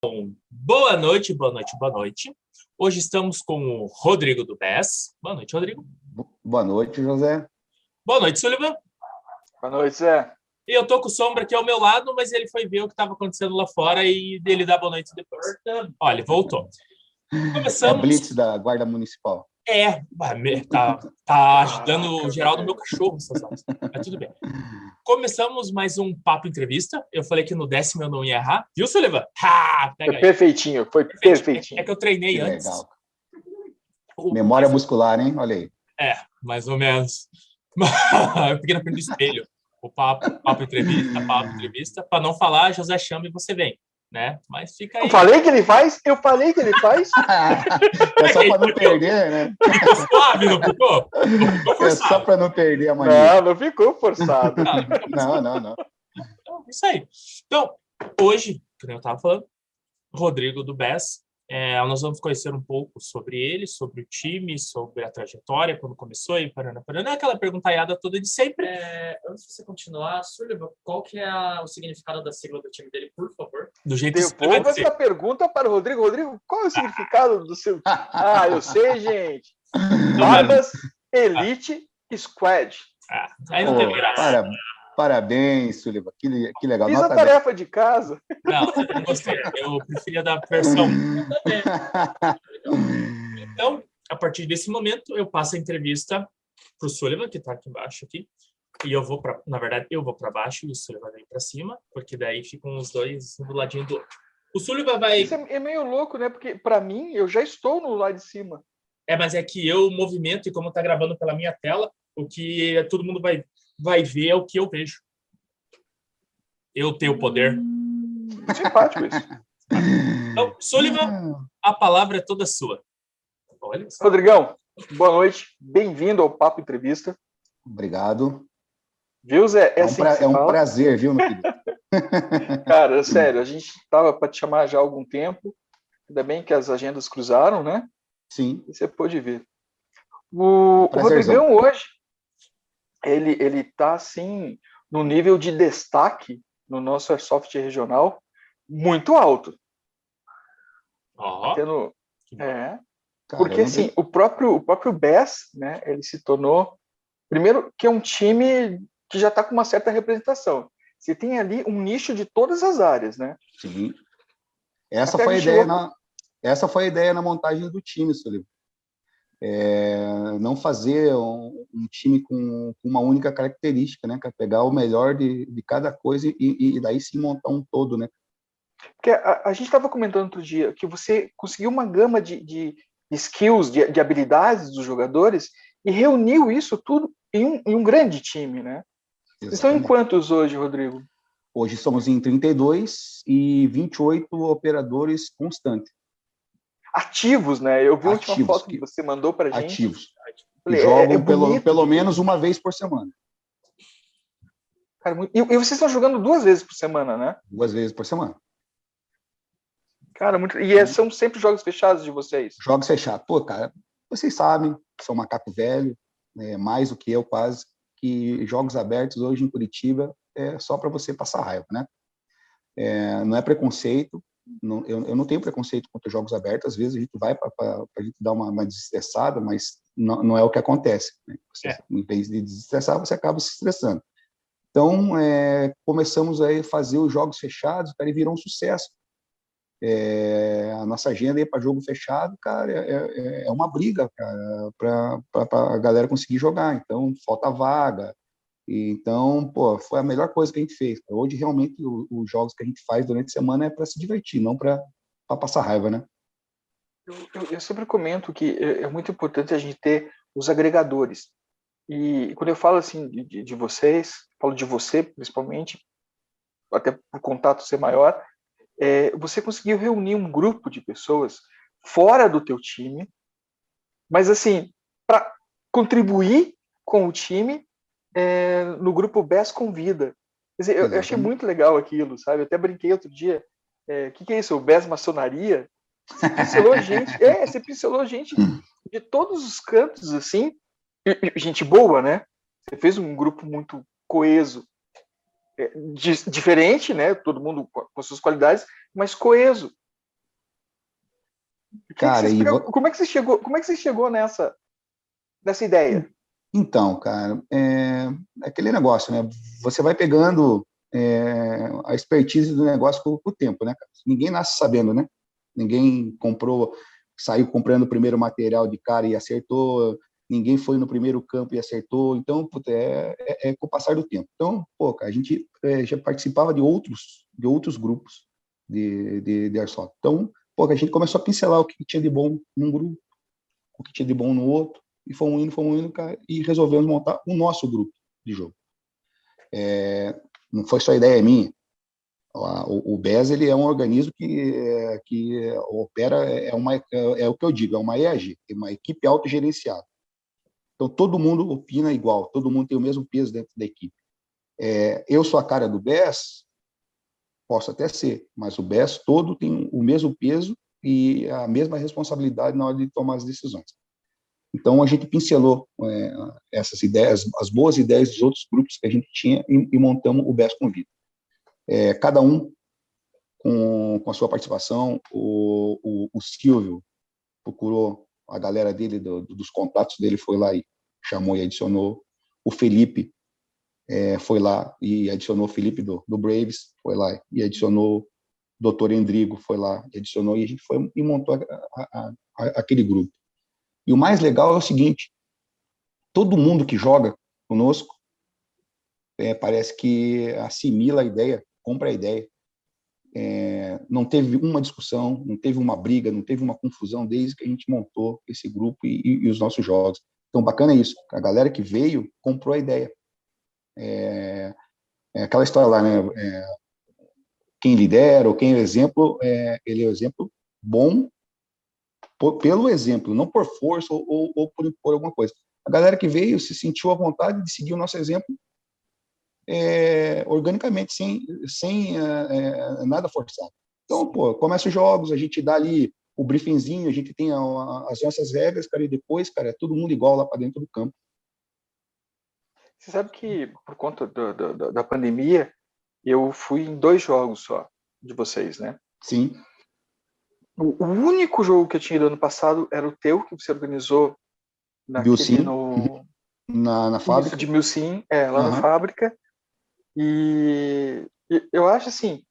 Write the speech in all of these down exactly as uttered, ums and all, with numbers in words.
Boa noite, boa noite, boa noite. Hoje estamos com o Rodrigo do B E S. Boa noite, Rodrigo. Boa noite, José. Boa noite, Sullivan. Boa noite, Zé. E eu tô com o Sombra aqui ao meu lado, mas ele foi ver o que estava acontecendo lá fora e ele dá boa noite depois. Olha, voltou. Começamos... É Blitz da Guarda Municipal. É, tá, tá ajudando o Geraldo, meu cachorro, essas horas. Mas tudo bem. Começamos mais um Papo Entrevista. Eu falei que no décimo eu não ia errar. Viu, Sullivan? Ha, pega foi aí. perfeitinho, foi perfeitinho. perfeitinho. É, é que eu treinei que antes. Legal. Memória muscular, hein? Olha aí. É, mais ou menos. Eu fiquei na frente do espelho. O papo, papo entrevista, papo entrevista. Para não falar, José chama e você vem. Né? Mas fica aí. Eu falei que ele faz? Eu falei que ele faz? É só para não perder, né? Ficou suave, não ficou? Não ficou forçado. É só para não perder a mania. Não, não ficou forçado. Não, não, ficou não, não, não. Então, isso aí. Então, hoje, como eu estava falando, Rodrigo do B E S, é, nós vamos conhecer um pouco sobre ele, sobre o time, sobre a trajetória, quando começou, e parando, parando, aquela perguntaiada toda de sempre. É, antes de você continuar, Sullivan, qual que é a, o significado da sigla do time dele, por favor? Do jeito que Devolva essa pergunta para o Rodrigo. Rodrigo, qual é o significado do seu... Ah, eu sei, gente. Barbas Elite Squad. Ah, aí não oh, tem graça. Para... Parabéns, Sullivan. Que, que legal. Fiz Nota a tarefa bem. de casa. Não, eu não gostei. Eu preferia da versão. Então, a partir desse momento, eu passo a entrevista para o Sullivan, que está aqui embaixo, aqui, e eu vou para, na verdade, eu vou para baixo e o Sullivan vem para cima, porque daí ficam os dois um do ladinho do outro. O Sullivan vai... Isso é meio louco, né? Porque, para mim, eu já estou no lado de cima. É, mas é que eu movimento, e como está gravando pela minha tela, o que todo mundo vai... vai ver é o que eu vejo. Eu tenho o poder. Hum, simpático isso. Então, Sullivan, a palavra é toda sua. Olha só. Rodrigão, boa noite. Bem-vindo ao Papo Entrevista. Obrigado. Viu, Zé? É, é, um, pra, é um prazer, viu, meu querido? Cara, sério, a gente estava para te chamar já há algum tempo. Ainda bem que as agendas cruzaram, né? Sim. E você pôde vir. O, o Rodrigão hoje, ele ele tá assim no nível de destaque no nosso Airsoft regional muito alto. Oh. Tendo, é, Caramba. porque assim o próprio o próprio B E S, né? Ele se tornou primeiro que é um time que já está com uma certa representação. Você tem ali um nicho de todas as áreas, né? Sim. Essa Até foi a, a ideia chegou... na essa foi a ideia na montagem do time, Sullivan. É, não fazer um, um time com, com uma única característica, né? Pegar o melhor de, de cada coisa e, e daí sim montar um todo, né? Porque a, a gente estava comentando outro dia que você conseguiu uma gama de, de skills, de, de habilidades dos jogadores e reuniu isso tudo em um, em um grande time, né? Exatamente. Estão em quantos hoje, Rodrigo? Hoje somos em trinta e dois e vinte e oito operadores constantes. Ativos, né? Eu vi a Ativos, última foto que você mandou para a gente. Ativos. Falei, jogam é, é pelo, pelo menos uma vez por semana. Cara, muito... E, e vocês estão jogando duas vezes por semana, né? Duas vezes por semana. Cara, muito... E é, são sempre jogos fechados de vocês? Jogos fechados. Pô, cara, vocês sabem, sou macaco velho, né, mais do que eu quase, que jogos abertos hoje em Curitiba é só para você passar raiva, né? É, não é preconceito. Não, eu, eu não tenho preconceito contra jogos abertos, às vezes a gente vai para a gente dar uma, uma desestressada, mas não, não é o que acontece. Né? Você, é. Em vez de desestressar, você acaba se estressando. Então, é, começamos a fazer os jogos fechados, cara, e virou um sucesso. É, a nossa agenda aí para jogo fechado, cara, é, é, é uma briga, cara, para a galera conseguir jogar. Então, falta vaga. Então, pô, foi a melhor coisa que a gente fez. Hoje, realmente, o, os jogos que a gente faz durante a semana é para se divertir, não para passar raiva, né? Eu, eu, eu sempre comento que é, é muito importante a gente ter os agregadores. E quando eu falo assim de, de vocês, falo de você principalmente, até por contato ser maior, é, você conseguiu reunir um grupo de pessoas fora do teu time, mas assim, para contribuir com o time, É, no grupo B E S Convida. Quer dizer, eu, eu achei muito legal aquilo, sabe? Eu até brinquei outro dia. O é, que, que é isso? O B E S Maçonaria? Você pincelou gente. É, você pincelou gente de todos os cantos, assim. E, e, gente boa, né? Você fez um grupo muito coeso. É, di, diferente, né? Todo mundo com, com suas qualidades, mas coeso. Cara, que e você, vo- como é que você chegou, como é que você chegou nessa, nessa ideia? então, cara, é, é aquele negócio, né? Você vai pegando é, a expertise do negócio com, com o tempo, né, cara? Ninguém nasce sabendo, né? Ninguém comprou, saiu comprando o primeiro material de cara e acertou, ninguém foi no primeiro campo e acertou. Então, puta, é, é, é com o passar do tempo. Então, pô, cara, a gente é, já participava de outros, de outros grupos de, de, de airsoft. Então, pô, a gente começou a pincelar o que tinha de bom num grupo, o que tinha de bom no outro, e fomos indo, fomos indo, cara, e resolvemos montar o nosso grupo de jogo. É, não foi só ideia minha. O, o B E S ele é um organismo que, que opera, é, uma, é, é o que eu digo, é uma E A G, é uma equipe autogerenciada. Então, todo mundo opina igual, todo mundo tem o mesmo peso dentro da equipe. É, eu sou a cara do B E S, posso até ser, mas o B E S todo tem o mesmo peso e a mesma responsabilidade na hora de tomar as decisões. Então, a gente pincelou é, essas ideias, as boas ideias dos outros grupos que a gente tinha e, e montamos o B E S Convida. É, cada um com, com a sua participação. O, o, o Silvio procurou a galera dele, do, dos contatos dele, foi lá e chamou e adicionou. O Felipe é, foi lá e adicionou. O Felipe do, do Braves foi lá e adicionou. O doutor Endrigo foi lá e adicionou. E a gente foi e montou a, a, a, aquele grupo. E o mais legal é o seguinte: todo mundo que joga conosco é, parece que assimila a ideia, compra a ideia. É, não teve uma discussão, não teve uma briga, não teve uma confusão desde que a gente montou esse grupo e, e, e os nossos jogos. Então, bacana é isso. A galera que veio comprou a ideia. É, é aquela história lá, né? É, quem lidera ou quem é o exemplo, é, ele é o exemplo bom por, pelo exemplo, não por força ou, ou, ou por impor alguma coisa. A galera que veio se sentiu à vontade de seguir o nosso exemplo é, organicamente, sem, sem é, nada forçado. Então, pô, começa os jogos, a gente dá ali o briefingzinho, a gente tem a, a, as nossas regras, cara, e depois, cara, é todo mundo igual lá para dentro do campo. Você sabe que, por conta do, do, da pandemia, eu fui em dois jogos só de vocês, né? Sim. O, o único jogo que eu tinha ido ano passado era o teu, que você organizou naquele, Bilsim, no... na, na Isso, fábrica. de Milsim, é, lá na Uhum. fábrica. E, e eu acho assim,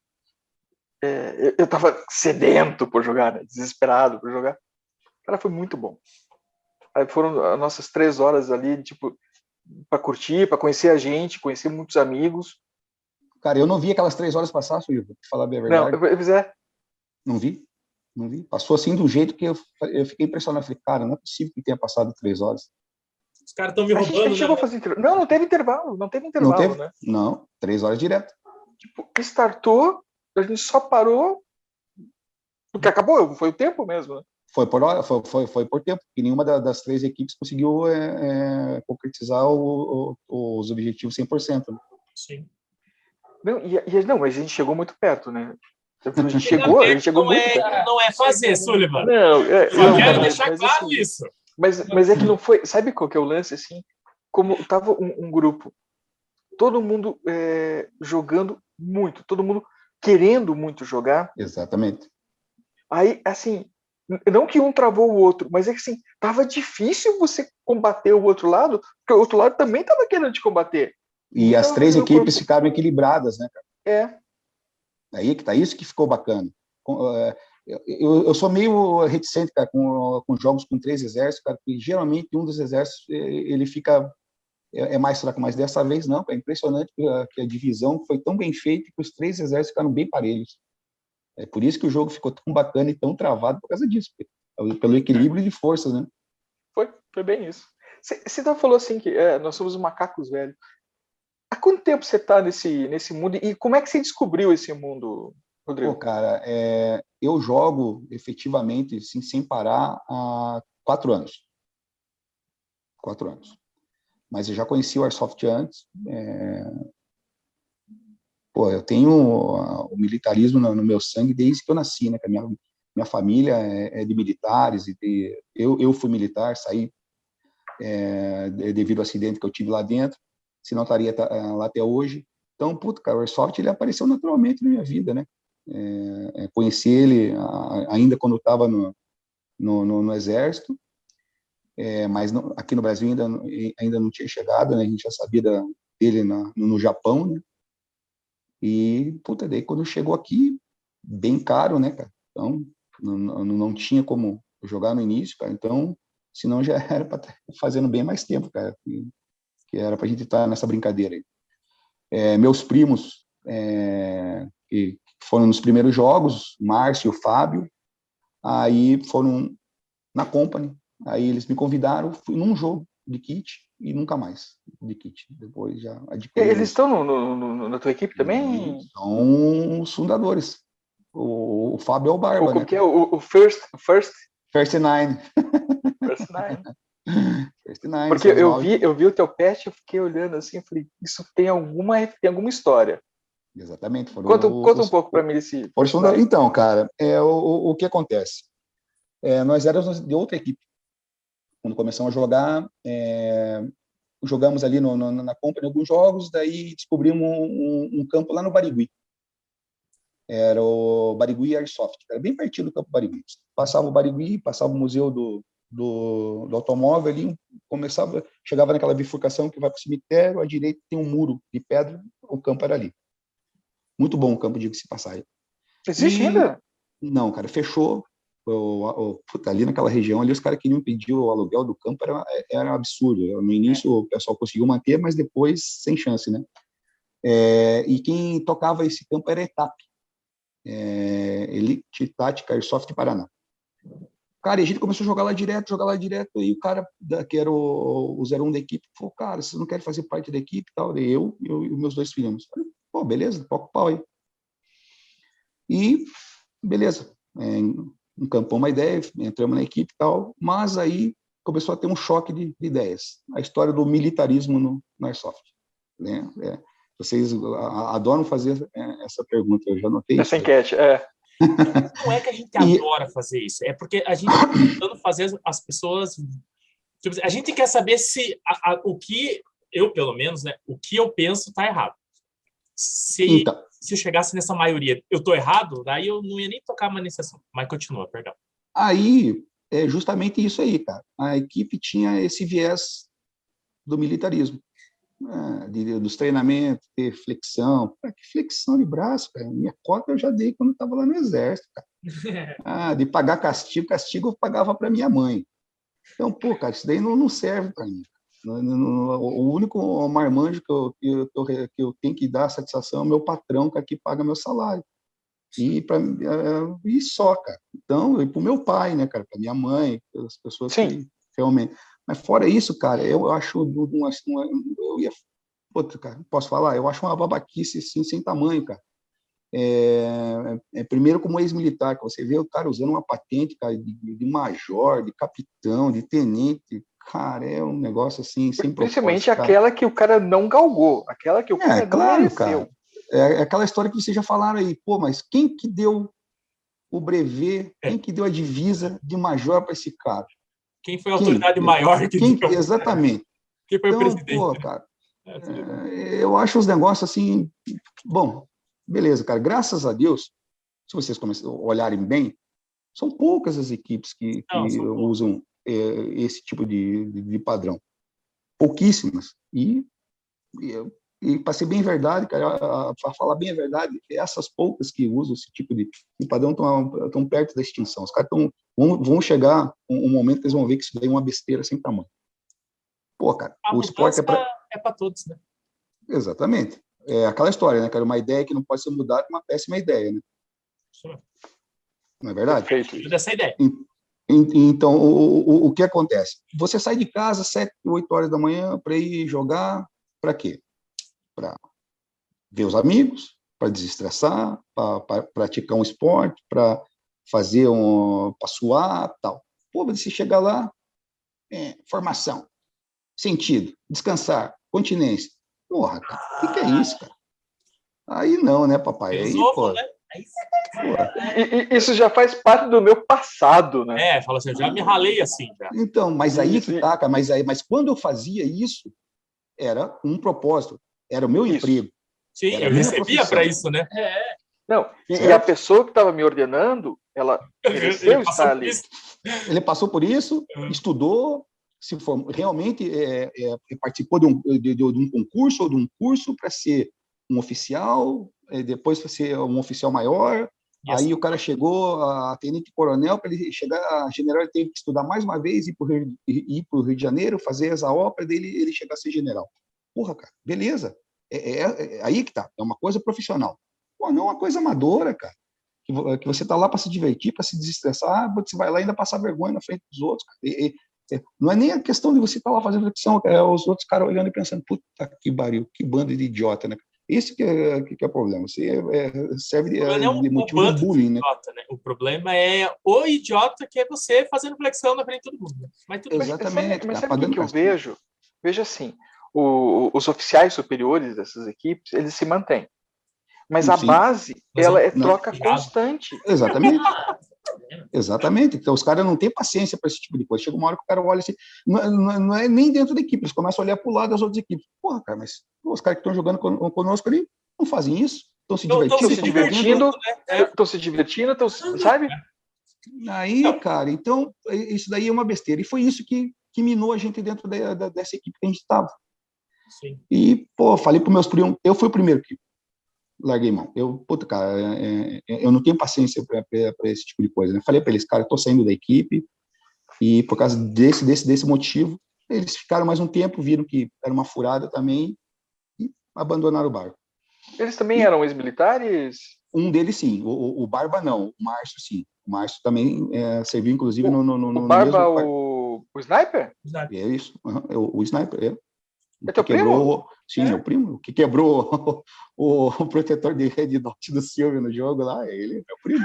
é, eu, eu tava sedento por jogar, né? Desesperado por jogar. Cara, foi muito bom. Aí foram as nossas três horas ali, tipo, para curtir, para conhecer a gente, conhecer muitos amigos. Cara, eu não vi aquelas três horas passar, Silvio, pra falar bem a Não, verdade. eu, eu, é, Não vi, não vi. Passou assim do jeito que eu, eu fiquei impressionado. Falei, cara, não é possível que tenha passado três horas. Os caras estão me a, gente, a roubando, gente né, chegou a velho? fazer intervalo. Não, não teve intervalo, não teve Não intervalo, teve? né? Não, três horas direto. Tipo, startou, a gente só parou, porque acabou, foi o tempo mesmo, né? Foi por hora, foi, foi, foi por tempo, porque nenhuma das três equipes conseguiu é, é, concretizar o, o, os objetivos cem por cento. Né? Sim. Não, e, e, não, mas a gente chegou muito perto, né? A gente Chegar chegou, a gente perto chegou não muito é, perto. não é fazer, Sullivan. Não, é, Só não, quero cara, mas, deixar mas, claro assim, isso. mas, mas é que não foi. Sabe qual que é o lance, assim? Como tava um, um grupo, todo mundo é, jogando muito, todo mundo querendo muito jogar. Exatamente. Aí, assim, não que um travou o outro, mas é que assim, tava difícil você combater o outro lado, porque o outro lado também tava querendo te combater. E Ninguém as tava três fazendo equipes corpo. ficaram equilibradas, né, cara? É. Aí que tá, isso que ficou bacana. Eu, eu sou meio reticente, cara, com, com jogos com três exércitos, cara, porque geralmente um dos exércitos ele fica é mais fraco, mas dessa vez não. É impressionante que a, que a divisão foi tão bem feita que os três exércitos ficaram bem parelhos. É por isso que o jogo ficou tão bacana e tão travado por causa disso, pelo equilíbrio de forças, né? Foi, foi bem isso. Você falou assim que é, nós somos macacos velhos. Há quanto tempo você está nesse, nesse mundo e como é que você descobriu esse mundo, Rodrigo? Pô, cara, é, eu jogo efetivamente, assim, sem parar, há quatro anos. Quatro anos. Mas eu já conheci o Airsoft antes. É... Pô, eu tenho o militarismo no, no meu sangue desde que eu nasci, né? Que a minha, minha família é, é de militares e de, eu, eu fui militar, saí é, devido ao acidente que eu tive lá dentro, senão estaria lá até hoje. Então, puto, cara, o Airsoft ele apareceu naturalmente na minha vida, né? É, conheci ele ainda quando eu estava no, no, no, no Exército, é, mas não, aqui no Brasil ainda, ainda não tinha chegado, né? A gente já sabia da, dele na, no, no Japão, né? E, puta, daí quando chegou aqui, bem caro, né, cara? Então, não, não, não tinha como jogar no início, cara. Então, senão já era para estar fazendo bem mais tempo, cara. Que, que era para a gente estar nessa brincadeira aí. É, meus primos, é, que foram nos primeiros jogos, Márcio e o Fábio, aí foram na Company. Aí eles me convidaram, fui num jogo de kit e nunca mais de kit. Depois já adquiri. Eles estão no, no, no, na tua equipe também? E são os fundadores. O, o Fábio é o Barba, o, como né? que é? O, o First, First? First Nine. First Nine. First Nine. Porque eu vi, eu vi o teu pet, eu fiquei olhando assim, eu falei, isso tem alguma, tem alguma história. Exatamente. Foram Conta, os, conta um pouco para mim desse. Então, cara, é, o, o que acontece? É, nós éramos de outra equipe. Quando começamos a jogar, é, jogamos ali no, no, na Company alguns jogos, daí descobrimos um, um, um campo lá no Barigui. Era o Barigui Airsoft, era bem pertinho do campo Barigui. Passava o Barigui, passava o museu do, do, do automóvel ali, começava, chegava naquela bifurcação que vai para o cemitério, à direita tem um muro de pedra, o campo era ali. Muito bom o campo, diga-se passagem. Existe e, ainda? Não, cara, fechou. O, o, puta, ali naquela região, ali os caras queriam pedir o aluguel do campo, era, era um absurdo. No início o pessoal conseguiu manter, mas depois sem chance, né? É, e quem tocava esse campo era a Etap, é, Elite Tática Airsoft Paraná. Cara, e a gente começou a jogar lá direto, jogar lá direto, e o cara, da, que era o, o zero um da equipe, falou, cara, vocês não querem fazer parte da equipe e tal? Daí eu, eu e os meus dois filhos. Falei, pô, beleza, toca o pau aí. E, beleza, é, encampou uma ideia, entramos na equipe e tal, mas aí começou a ter um choque de, de ideias. A história do militarismo no, no Airsoft. Né? É, vocês adoram fazer essa pergunta, eu já notei essa isso. enquete, é. Não é que a gente adora e... fazer isso, é porque a gente está tentando fazer as pessoas... Tipo, a gente quer saber se a, a, o que, eu pelo menos, né, o que eu penso está errado. Se, então, se eu chegasse nessa maioria, eu estou errado, daí eu não ia nem tocar mais nesse assunto. Mas continua, perdão. Aí, é justamente isso aí, cara. A equipe tinha esse viés do militarismo. Ah, de, dos treinamentos, ter flexão. Cara, que flexão de braço, cara? Minha cota eu já dei quando estava lá no Exército, cara. Ah, de pagar castigo, castigo eu pagava para minha mãe. Então, pô, cara, isso daí não, não serve para mim. Não, não, o único marmanjo que eu, que, eu, que eu tenho que dar satisfação é o meu patrão, que aqui paga meu salário. E, pra, e só, cara. Então, e para o meu pai, né, cara? Para minha mãe, as pessoas Sim. que realmente... Mas fora isso, cara, eu acho uma, uma, eu ia, puta, cara, posso falar? Eu acho uma babaquice assim, sem tamanho, cara. É, é, primeiro, como ex-militar, que você vê o cara usando uma patente, cara, de, de major, de capitão, de tenente, cara, é um negócio assim, sem Principalmente propósito, aquela que o cara não galgou, aquela que o cara é, claro, mereceu. Cara. É aquela história que vocês já falaram aí, pô, mas quem que deu o brevet, quem que deu a divisa de major para esse cara? Quem foi a autoridade quem? maior que quem, deu? Exatamente. Quem foi então, o presidente? Pô, cara, é, eu acho os negócios assim... Bom, beleza, cara. Graças a Deus, se vocês olharem bem, são poucas as equipes que, que Não, usam é, esse tipo de, de, de padrão. Pouquíssimas. E, e, e para ser bem verdade, cara, para falar bem a verdade, essas poucas que usam esse tipo de, de padrão estão perto da extinção. Os caras tão, vão, vão chegar um, um momento que eles vão ver que isso daí é uma besteira sem tamanho. Pô, cara, a o esporte é para é para todos, né? Exatamente. É aquela história, né, cara? Uma ideia que não pode ser mudada é uma péssima ideia, né? Sim. Não é verdade? Perfeito. Dessa ideia. Então, o, o, o que acontece? Você sai de casa às sete, oito horas da manhã para ir jogar, para quê? Para ver os amigos, para desestressar, para praticar um esporte, para fazer um... para suar, tal. Pô, você chega lá, é, formação, sentido, descansar, continência. Porra, cara, o que, que é isso, cara? Aí não, né, papai? Aí, pô... Né? Aí E, e, isso já faz parte do meu passado, né? É, fala assim, eu já me ralei assim, já. Então, mas aí isso, que tá, cara, mas, aí, mas quando eu fazia isso, era um propósito, era o meu isso. emprego. Sim, eu recebia para isso, né? É. Não, e, e a pessoa que estava me ordenando, ela mereceu estar ali. Ele passou por isso, estudou, se formou, realmente é, é, participou de um, de, de um concurso ou de um curso para ser um oficial, é, depois para ser um oficial maior. Yes. Aí o cara chegou a tenente-coronel, para ele chegar a general, ele teve que estudar mais uma vez, ir para o Rio, Rio de Janeiro, fazer essa ópera dele, ele chegar a ser general. Porra, cara, beleza. É, é, é aí que tá, é uma coisa profissional. Pô, não é uma coisa amadora, cara. Que, que você tá lá para se divertir, para se desestressar, você vai lá e ainda passar vergonha na frente dos outros. E, e, é, não é nem a questão de você estar tá lá fazendo flexão, é os outros caras olhando e pensando, puta que baril, que banda de idiota, né? Esse que é, que é o problema. Você é, serve de, é um, de motivo de bullying, de né? Idiota, né? O problema é o idiota que é você fazendo flexão na frente de todo mundo. Mas tudo Exatamente. Mas sabe, mas sabe o que eu vejo? Veja assim, o, os oficiais superiores dessas equipes, eles se mantêm. Mas a Sim. base, mas ela é troca não, constante. Exatamente. Exatamente. Então, os caras não têm paciência para esse tipo de coisa. Chega uma hora que o cara olha assim, não, não, não é nem dentro da equipe, eles começam a olhar para o lado das outras equipes. Porra, cara, mas pô, os caras que estão jogando conosco ali não fazem isso? Estão se divertindo? Estão se divertindo, estão se divertindo, estão, sabe? Aí, cara, então, isso daí é uma besteira. E foi isso que, que minou a gente dentro da, da, dessa equipe que a gente estava. E, pô, falei para meus primos, eu fui o primeiro que larguei mão. Eu, puta, cara, é, é, eu não tenho paciência para esse tipo de coisa, né? Falei para eles, cara, eu tô saindo da equipe e por causa desse, desse, desse motivo, eles ficaram mais um tempo, viram que era uma furada também e abandonaram o barco. Eles também e, eram ex-militares? Um deles, sim. O, o Barba, não. O Márcio, sim. O Márcio também é, serviu, inclusive, o, no, no, no, o Barba, no mesmo... o, o Sniper? É isso. Uhum. O, o Sniper, é. É teu quebrou, primo? Sim, é. é o primo. O que quebrou o, o protetor de Red Dot do Silvio no jogo lá, ele é meu primo.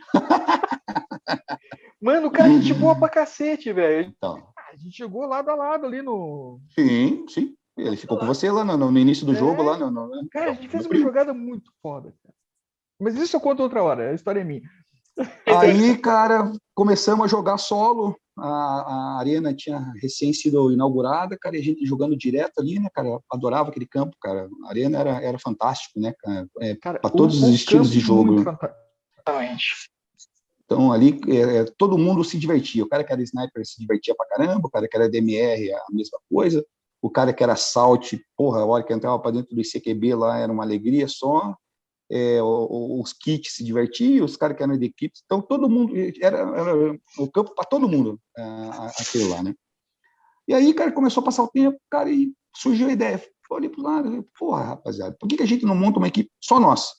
Mano, o cara é gente boa pra cacete, velho. Então. A gente jogou lado a lado ali no... Sim, sim. Ele ficou com você lá no, no início do é. jogo. lá no, no, Cara, a gente fez uma primo. jogada muito foda, cara. Mas isso eu conto outra hora, a história é minha. Aí, cara, começamos a jogar solo. A, a arena tinha recém sido inaugurada, cara, e a gente jogando direto ali, né, cara? Adorava aquele campo, cara. A arena era, era fantástico, né, cara? É, para todos o, os estilos de jogo. Exatamente. Então, ali, é, todo mundo se divertia. O cara que era sniper se divertia pra caramba, o cara que era D M R, a mesma coisa. O cara que era assault, porra, a hora que entrava para dentro do I C Q B lá era uma alegria só. É, os kits se divertiam, os caras que eram de equipes, então todo mundo, era, era o campo para todo mundo, aquele lá, né? E aí, cara, começou a passar o tempo, cara, e surgiu a ideia, olhei para o lado, porra, rapaziada, por que, que a gente não monta uma equipe só nossa?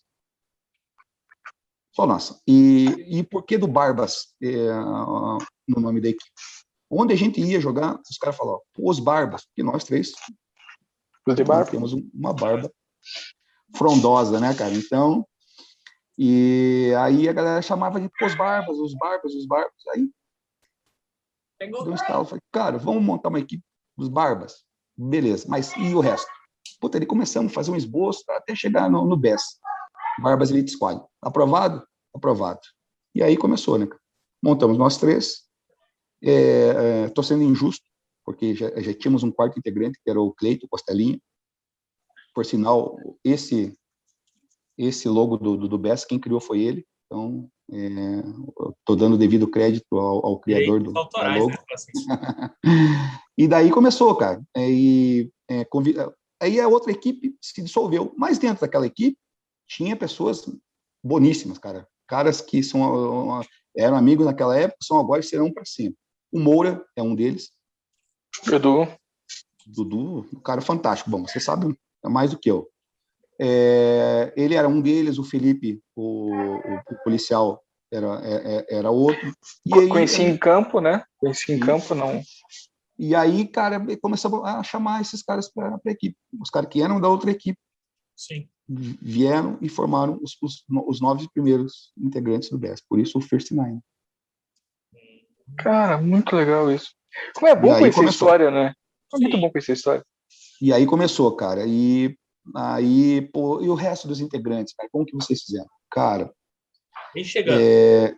Só nossa. E, e por que do Barbas é, no nome da equipe? Onde a gente ia jogar, os caras falavam, os Barbas, porque nós três barba. temos uma barba frondosa, né, cara? Então, e aí a galera chamava de os barbas, os barbas, os barbas. Aí, deu um estalo, falei, cara, vamos montar uma equipe dos barbas. Beleza, mas e o resto? Puta, ali começamos a fazer um esboço até chegar no, no B E S. Barbas Elite Squad. Aprovado? Aprovado. E aí começou, né? Montamos nós três. É, é, tô sendo injusto, porque já, já tínhamos um quarto integrante, que era o Cleito Costelinha. Por sinal, esse esse logo do, do, do B E S, quem criou foi ele. Então, estou é, dando devido crédito ao, ao criador do da logo. Né? E daí começou, cara. E, é, convid... Aí a outra equipe se dissolveu. Mas dentro daquela equipe, tinha pessoas boníssimas, cara. Caras que são, eram amigos naquela época, são agora e serão para sempre. O Moura é um deles. Dudu. Dudu, um cara fantástico. Bom, você sabe mais do que eu. É, ele era um deles, o Felipe, o, o, o policial, era, era, era outro. E aí, Conheci aí, em campo, né? Conheci em isso. campo, não. E aí, cara, começamos a chamar esses caras para a equipe. Os caras que eram da outra equipe. Sim. Vieram e formaram os, os, os nove primeiros integrantes do B E S. Por isso, o First Nine. Cara, muito legal isso. Como é bom conhecer a história, né? É muito bom conhecer a história. E aí começou, cara. E aí, pô, e o resto dos integrantes, cara, como que vocês fizeram? Cara, vem chegando. É,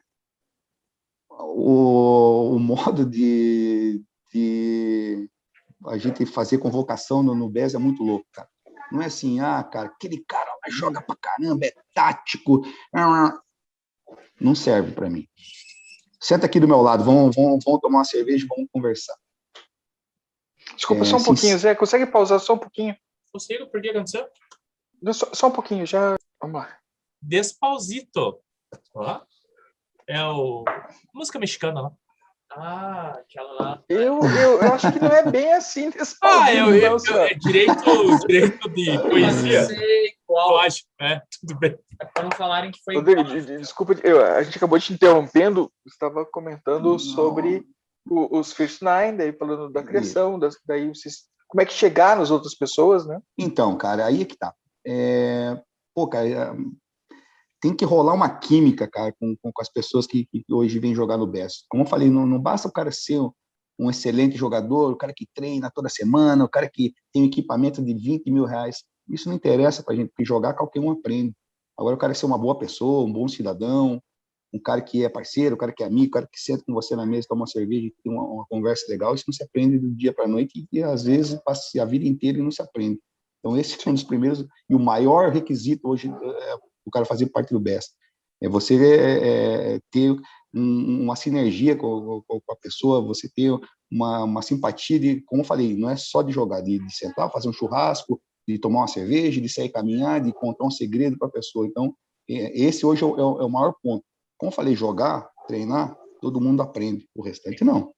o, o modo de, de a gente fazer convocação no, no B E S é muito louco, cara. Não é assim, ah, cara, aquele cara lá joga pra caramba, é tático. Não serve para mim. Senta aqui do meu lado, vamos, vamos, vamos tomar uma cerveja e vamos conversar. Desculpa, É, só um assim, pouquinho, Zé. Consegue pausar só um pouquinho? Consigo? Por que aconteceu? Não, Só, só um pouquinho, já. Vamos lá. Despausito. Ó. É o... Música mexicana lá. Ah, aquela lá. Eu, eu, eu acho que não é bem assim desse Ah, eu, não, eu, eu, senhor. é direito, direito de Eu poesia. não sei qual. Lógico, é, tudo bem. É pra não falarem que foi Rodrigo, igual. de- de- desculpa, eu- a gente acabou te interrompendo, estava comentando sobre o- os First Nine, daí falando da criação, das- daí vocês, como é que chegar nas outras pessoas, né? Então, cara, aí é que tá. É, pô, cara, é, tem que rolar uma química, cara, com, com, com as pessoas que, que hoje vêm jogar no B E S. Como eu falei, não, não basta o cara ser um, um excelente jogador, o cara que treina toda semana, o cara que tem um equipamento de vinte mil reais. Isso não interessa pra gente, porque jogar qualquer um aprende. Agora, o cara ser uma boa pessoa, um bom cidadão, um cara que é parceiro, um cara que é amigo, um cara que senta com você na mesa, toma uma cerveja e tem uma, uma conversa legal, isso não se aprende do dia para a noite e, às vezes, passa a vida inteira e não se aprende. Então, esse é um dos primeiros e o maior requisito hoje é o cara fazer parte do B E S. É você é, é, ter um, uma sinergia com, com, com a pessoa, você ter uma, uma simpatia de, como eu falei, não é só de jogar, de, de sentar, fazer um churrasco, de tomar uma cerveja, de sair caminhar, de contar um segredo para a pessoa. Então, esse hoje é o, é o maior ponto. Como eu falei, jogar, treinar, todo mundo aprende, o restante não.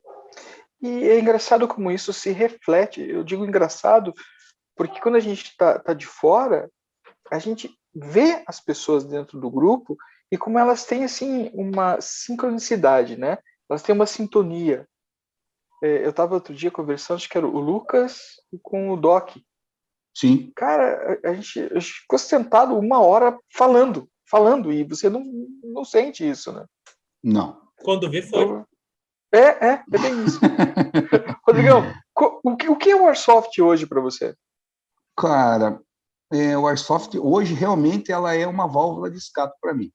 E é engraçado como isso se reflete. Eu digo engraçado porque quando a gente está tá de fora, a gente vê as pessoas dentro do grupo e como elas têm assim uma sincronicidade, né? Elas têm uma sintonia. É, eu estava outro dia conversando, acho que era o Lucas com o Doc. Sim. Cara, a gente, a gente ficou sentado uma hora falando, falando, e você não, não sente isso, né? Não. Quando vê, foi. É, é, é bem isso. Rodrigão, o que, o que é o Airsoft hoje para você? Cara, é, o Airsoft hoje realmente ela é uma válvula de escape para mim.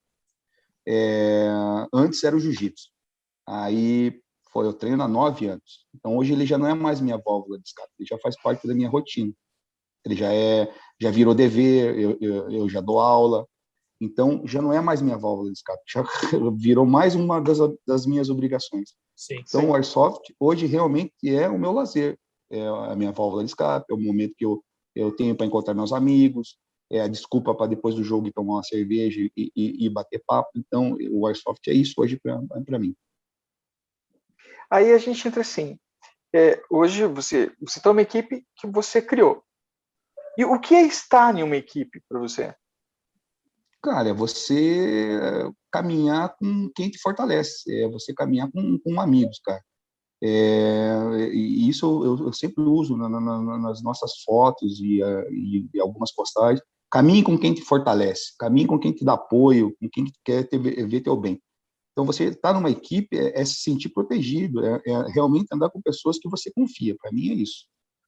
É, antes era o Jiu-Jitsu. Aí foi, eu treino há nove anos. Então hoje ele já não é mais minha válvula de escape, ele já faz parte da minha rotina. Ele já é, já virou dever, eu, eu, eu já dou aula. Então já não é mais minha válvula de escape, já virou mais uma das, das minhas obrigações. Sim, então sim. o Airsoft hoje realmente é o meu lazer, é a minha válvula de escape, é o momento que eu, eu tenho para encontrar meus amigos, é a desculpa para depois do jogo ir tomar uma cerveja e, e, e bater papo. Então o Airsoft é isso hoje para mim. Aí a gente entra assim, é, hoje você, você tem uma equipe que você criou. E o que é estar em uma equipe para você? Cara, é você caminhar com quem te fortalece, é você caminhar com, com amigos, cara. É, e isso eu, eu sempre uso na, na, nas nossas fotos e, e, e algumas postagens. Caminhe com quem te fortalece, caminhe com quem te dá apoio, com quem quer ter, ver teu bem. Então, você estar numa equipe é, é se sentir protegido, é, é realmente andar com pessoas que você confia. Para mim é isso.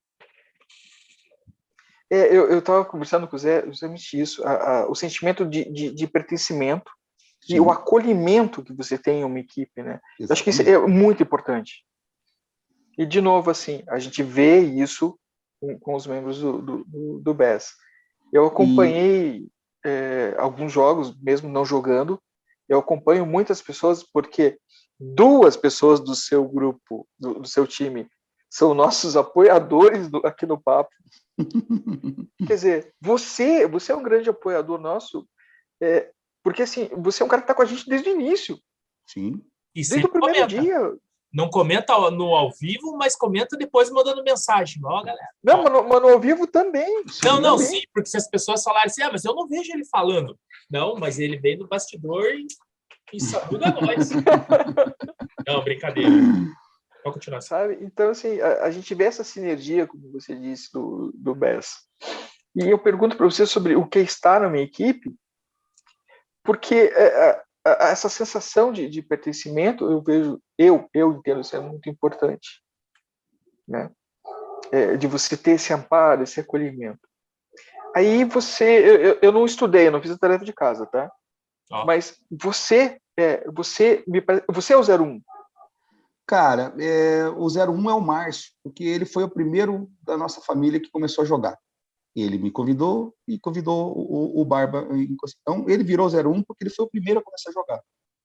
É, eu estava conversando com o Zé, justamente isso, a, a, o sentimento de, de, de pertencimento Sim. e o acolhimento que você tem em uma equipe, né? Eu acho que isso é muito importante. E, de novo, assim, a gente vê isso com, com os membros do, do, do B E S. Eu acompanhei e... é, alguns jogos, mesmo não jogando, eu acompanho muitas pessoas porque duas pessoas do seu grupo, do, do seu time, são nossos apoiadores do, aqui no Papo. Quer dizer, você, você é um grande apoiador nosso, é, porque assim, você é um cara que está com a gente desde o início. Sim. E desde o primeiro comenta. dia. Não comenta no ao vivo, mas comenta depois mandando mensagem. Ó, galera. Não, mas no, mas no ao vivo também. Não, não, também. sim, porque se as pessoas falarem assim, ah, mas eu não vejo ele falando. Não, mas ele vem do bastidor e, e saúda nós. Não, brincadeira. Pode continuar. Sabe? Então, assim, a, a gente vê essa sinergia, como você disse, do, do B E S. E eu pergunto para você sobre o que está na minha equipe, porque é, a, a, essa sensação de, de pertencimento, eu vejo, eu, eu entendo ser muito importante, né? É, de você ter esse amparo, esse acolhimento. Aí você, eu, eu não estudei, eu não fiz a tarefa de casa, tá? Oh. Mas você, é, você, me, você é o zero um. Cara, é, o zero um é o Márcio, porque ele foi o primeiro da nossa família que começou a jogar. Ele me convidou e convidou o, o Barba. Então, ele virou zero um porque ele foi o primeiro a começar a jogar.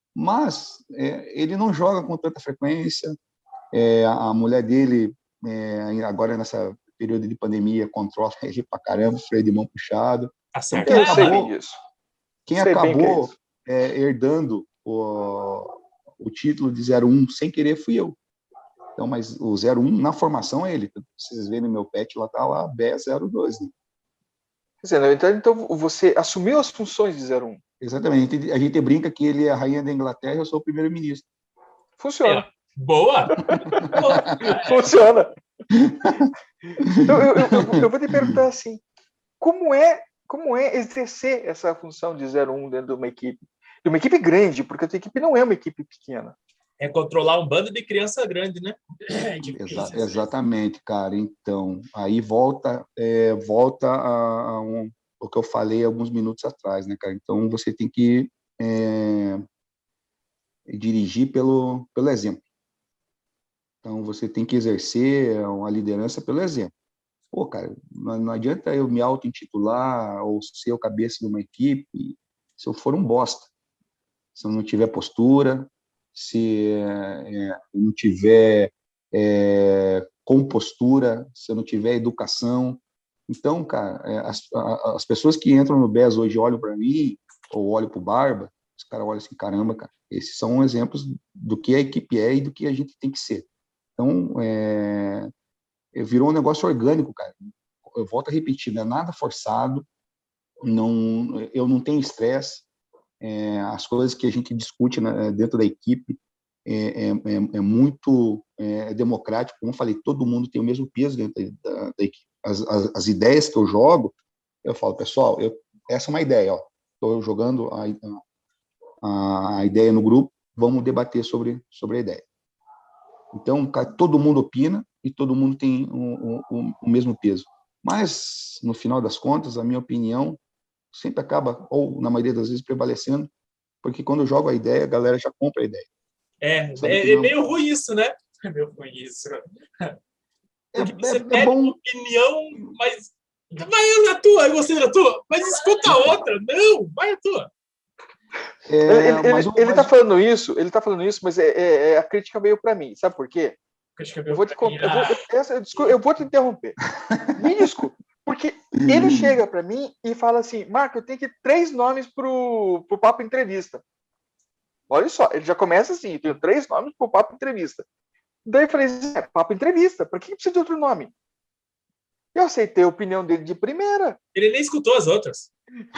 mas é, ele não joga com tanta frequência. É, a mulher dele, é, agora nessa período de pandemia, controla ele pra caramba, freio de mão puxado. Tá Então, certo. quem Eu sei acabou, bem disso. quem Sei bem que é acabou isso. é, herdando o, o título de zero um sem querer fui eu. Então, mas o zero um na formação é ele. Vocês verem meu pet lá, tá lá, B zero dois. Né? Quer dizer, então, então você assumiu as funções de zero um. Exatamente. A gente, a gente brinca que ele é a rainha da Inglaterra e eu sou o primeiro-ministro. Funciona. É. Boa! Boa. Funciona. Então, eu, eu, eu, eu vou te perguntar assim, como é, como é exercer essa função de zero um dentro de uma equipe? De uma equipe grande, porque a tua equipe não é uma equipe pequena. É controlar um bando de criança grande, né? É difícil, Exa exatamente, cara. Então, aí volta, é, volta a, a um, o que eu falei alguns minutos atrás, né, cara? Então, você tem que é, dirigir pelo, pelo exemplo. Então, você tem que exercer uma liderança pelo exemplo. Pô, cara, não, não adianta eu me auto-intitular ou ser o cabeça de uma equipe se eu for um bosta. Se eu não tiver postura, se é, eu não tiver é, compostura, se eu não tiver educação. Então, cara, é, as, as pessoas que entram no B E S hoje olham para mim, ou olham para o Barba, os caras olham assim, caramba, cara, esses são exemplos do que a equipe é e do que a gente tem que ser. Então, é, virou um negócio orgânico, cara. Eu volto a repetir, não é nada forçado, não, eu não tenho estresse, é, as coisas que a gente discute, né, dentro da equipe é, é, é muito é, democrático, como eu falei, todo mundo tem o mesmo peso dentro da, da, da equipe. As, as, as ideias que eu jogo, eu falo, pessoal, eu, essa é uma ideia, ó, estou jogando a, a, a ideia no grupo, vamos debater sobre, sobre a ideia. Então, todo mundo opina e todo mundo tem o, o, o mesmo peso. Mas, no final das contas, a minha opinião sempre acaba, ou na maioria das vezes, prevalecendo, porque quando eu jogo a ideia, a galera já compra a ideia. É, é, é meio ruim isso, né? É meio ruim isso. Porque é, você é, pede é bom. uma opinião, mas vai na tua, eu gostei da tua, mas escuta a outra. Não, vai a tua. É, ele ele, mas, ele mas... tá falando isso, ele tá falando isso, mas é, é, é a crítica veio para mim, sabe por quê? Eu vou, te, eu, vou, eu, eu, eu vou te interromper. Me desculpe. Porque ele chega para mim e fala assim, Marco, eu tenho que três nomes pro, pro Papo Entrevista. Olha só, ele já começa assim, eu tenho três nomes pro Papo Entrevista. Daí eu falei, é, Papo Entrevista, por que precisa de outro nome? Eu aceitei a opinião dele de primeira. Ele nem escutou as outras.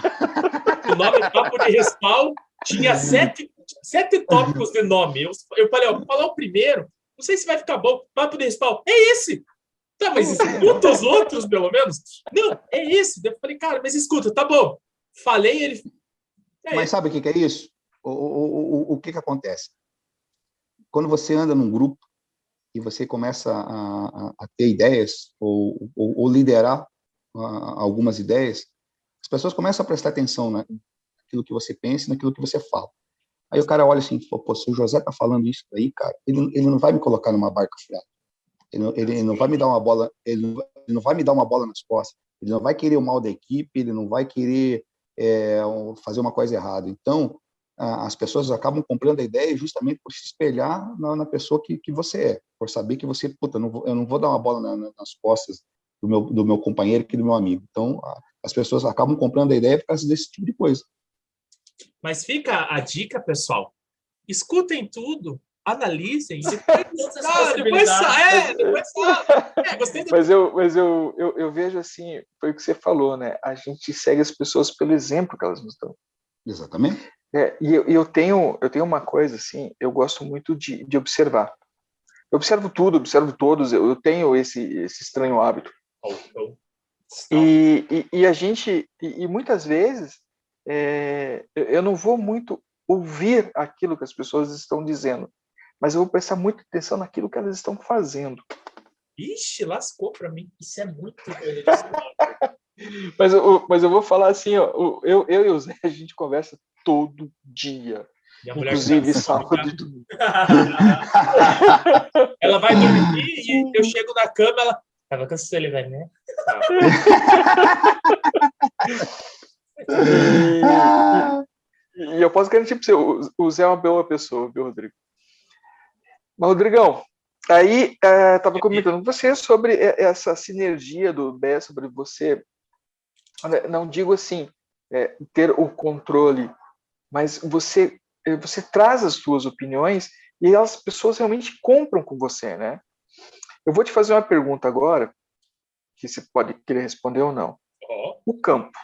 O nome Papo de Respal tinha sete, sete tópicos de nome. Eu, eu falei, ó, vou falar o primeiro, não sei se vai ficar bom. Papo de Respal, é esse! Tá, mas escuta os outros, pelo menos. Não, é esse. Eu falei, cara, mas escuta, tá bom. Falei, ele... É mas sabe o que, que é isso? O, o, o, o que, que acontece? Quando você anda num grupo e você começa a, a, a ter ideias ou, ou, ou liderar a, algumas ideias, as pessoas começam a prestar atenção né, naquilo que você pensa e naquilo que você fala. Aí o cara olha assim, pô, se o José tá falando isso aí, cara, ele, ele não vai me colocar numa barca furada. Ele, ele, ele não vai me dar uma bola, ele não, ele não vai me dar uma bola nas costas. Ele não vai querer o mal da equipe, ele não vai querer é, fazer uma coisa errada. Então, a, as pessoas acabam comprando a ideia justamente por se espelhar na, na pessoa que, que você é, por saber que você, puta, não vou, eu não vou dar uma bola na, na, nas costas do meu, do meu companheiro que do meu amigo. Então, a, as pessoas acabam comprando a ideia por causa desse tipo de coisa. Mas fica a dica, pessoal. Escutem tudo. Analisem, depois, ah, depois sai, depois sai. É, gostei do... Mas, eu, mas eu, eu, eu vejo assim, foi o que você falou, né? A gente segue as pessoas pelo exemplo que elas nos dão. Exatamente. É, e eu, eu, tenho, eu tenho uma coisa assim, eu gosto muito de, de observar. Eu observo tudo, observo todos, eu, eu tenho esse, esse estranho hábito. Oh, oh. E, e, e a gente, e, e muitas vezes, é, eu não vou muito ouvir aquilo que as pessoas estão dizendo, mas eu vou prestar muita atenção naquilo que elas estão fazendo. Ixi, lascou para mim. Isso é muito coisa de mas, eu, mas eu vou falar assim, ó, eu, eu e o Zé, a gente conversa todo dia. Inclusive sábado e domingo. Ela vai dormir e eu chego na cama, ela... Tava cansado, ele vai, né? e, e, E eu posso garantir para você, o Zé é uma boa pessoa, viu, Rodrigo? Mas, Rodrigão, aí estava comentando com você sobre essa sinergia do B E S, sobre você, não digo assim, é, ter o controle, mas você, você traz as suas opiniões e as pessoas realmente compram com você, né? Eu vou te fazer uma pergunta agora, que você pode querer responder ou não. Oh. O campo.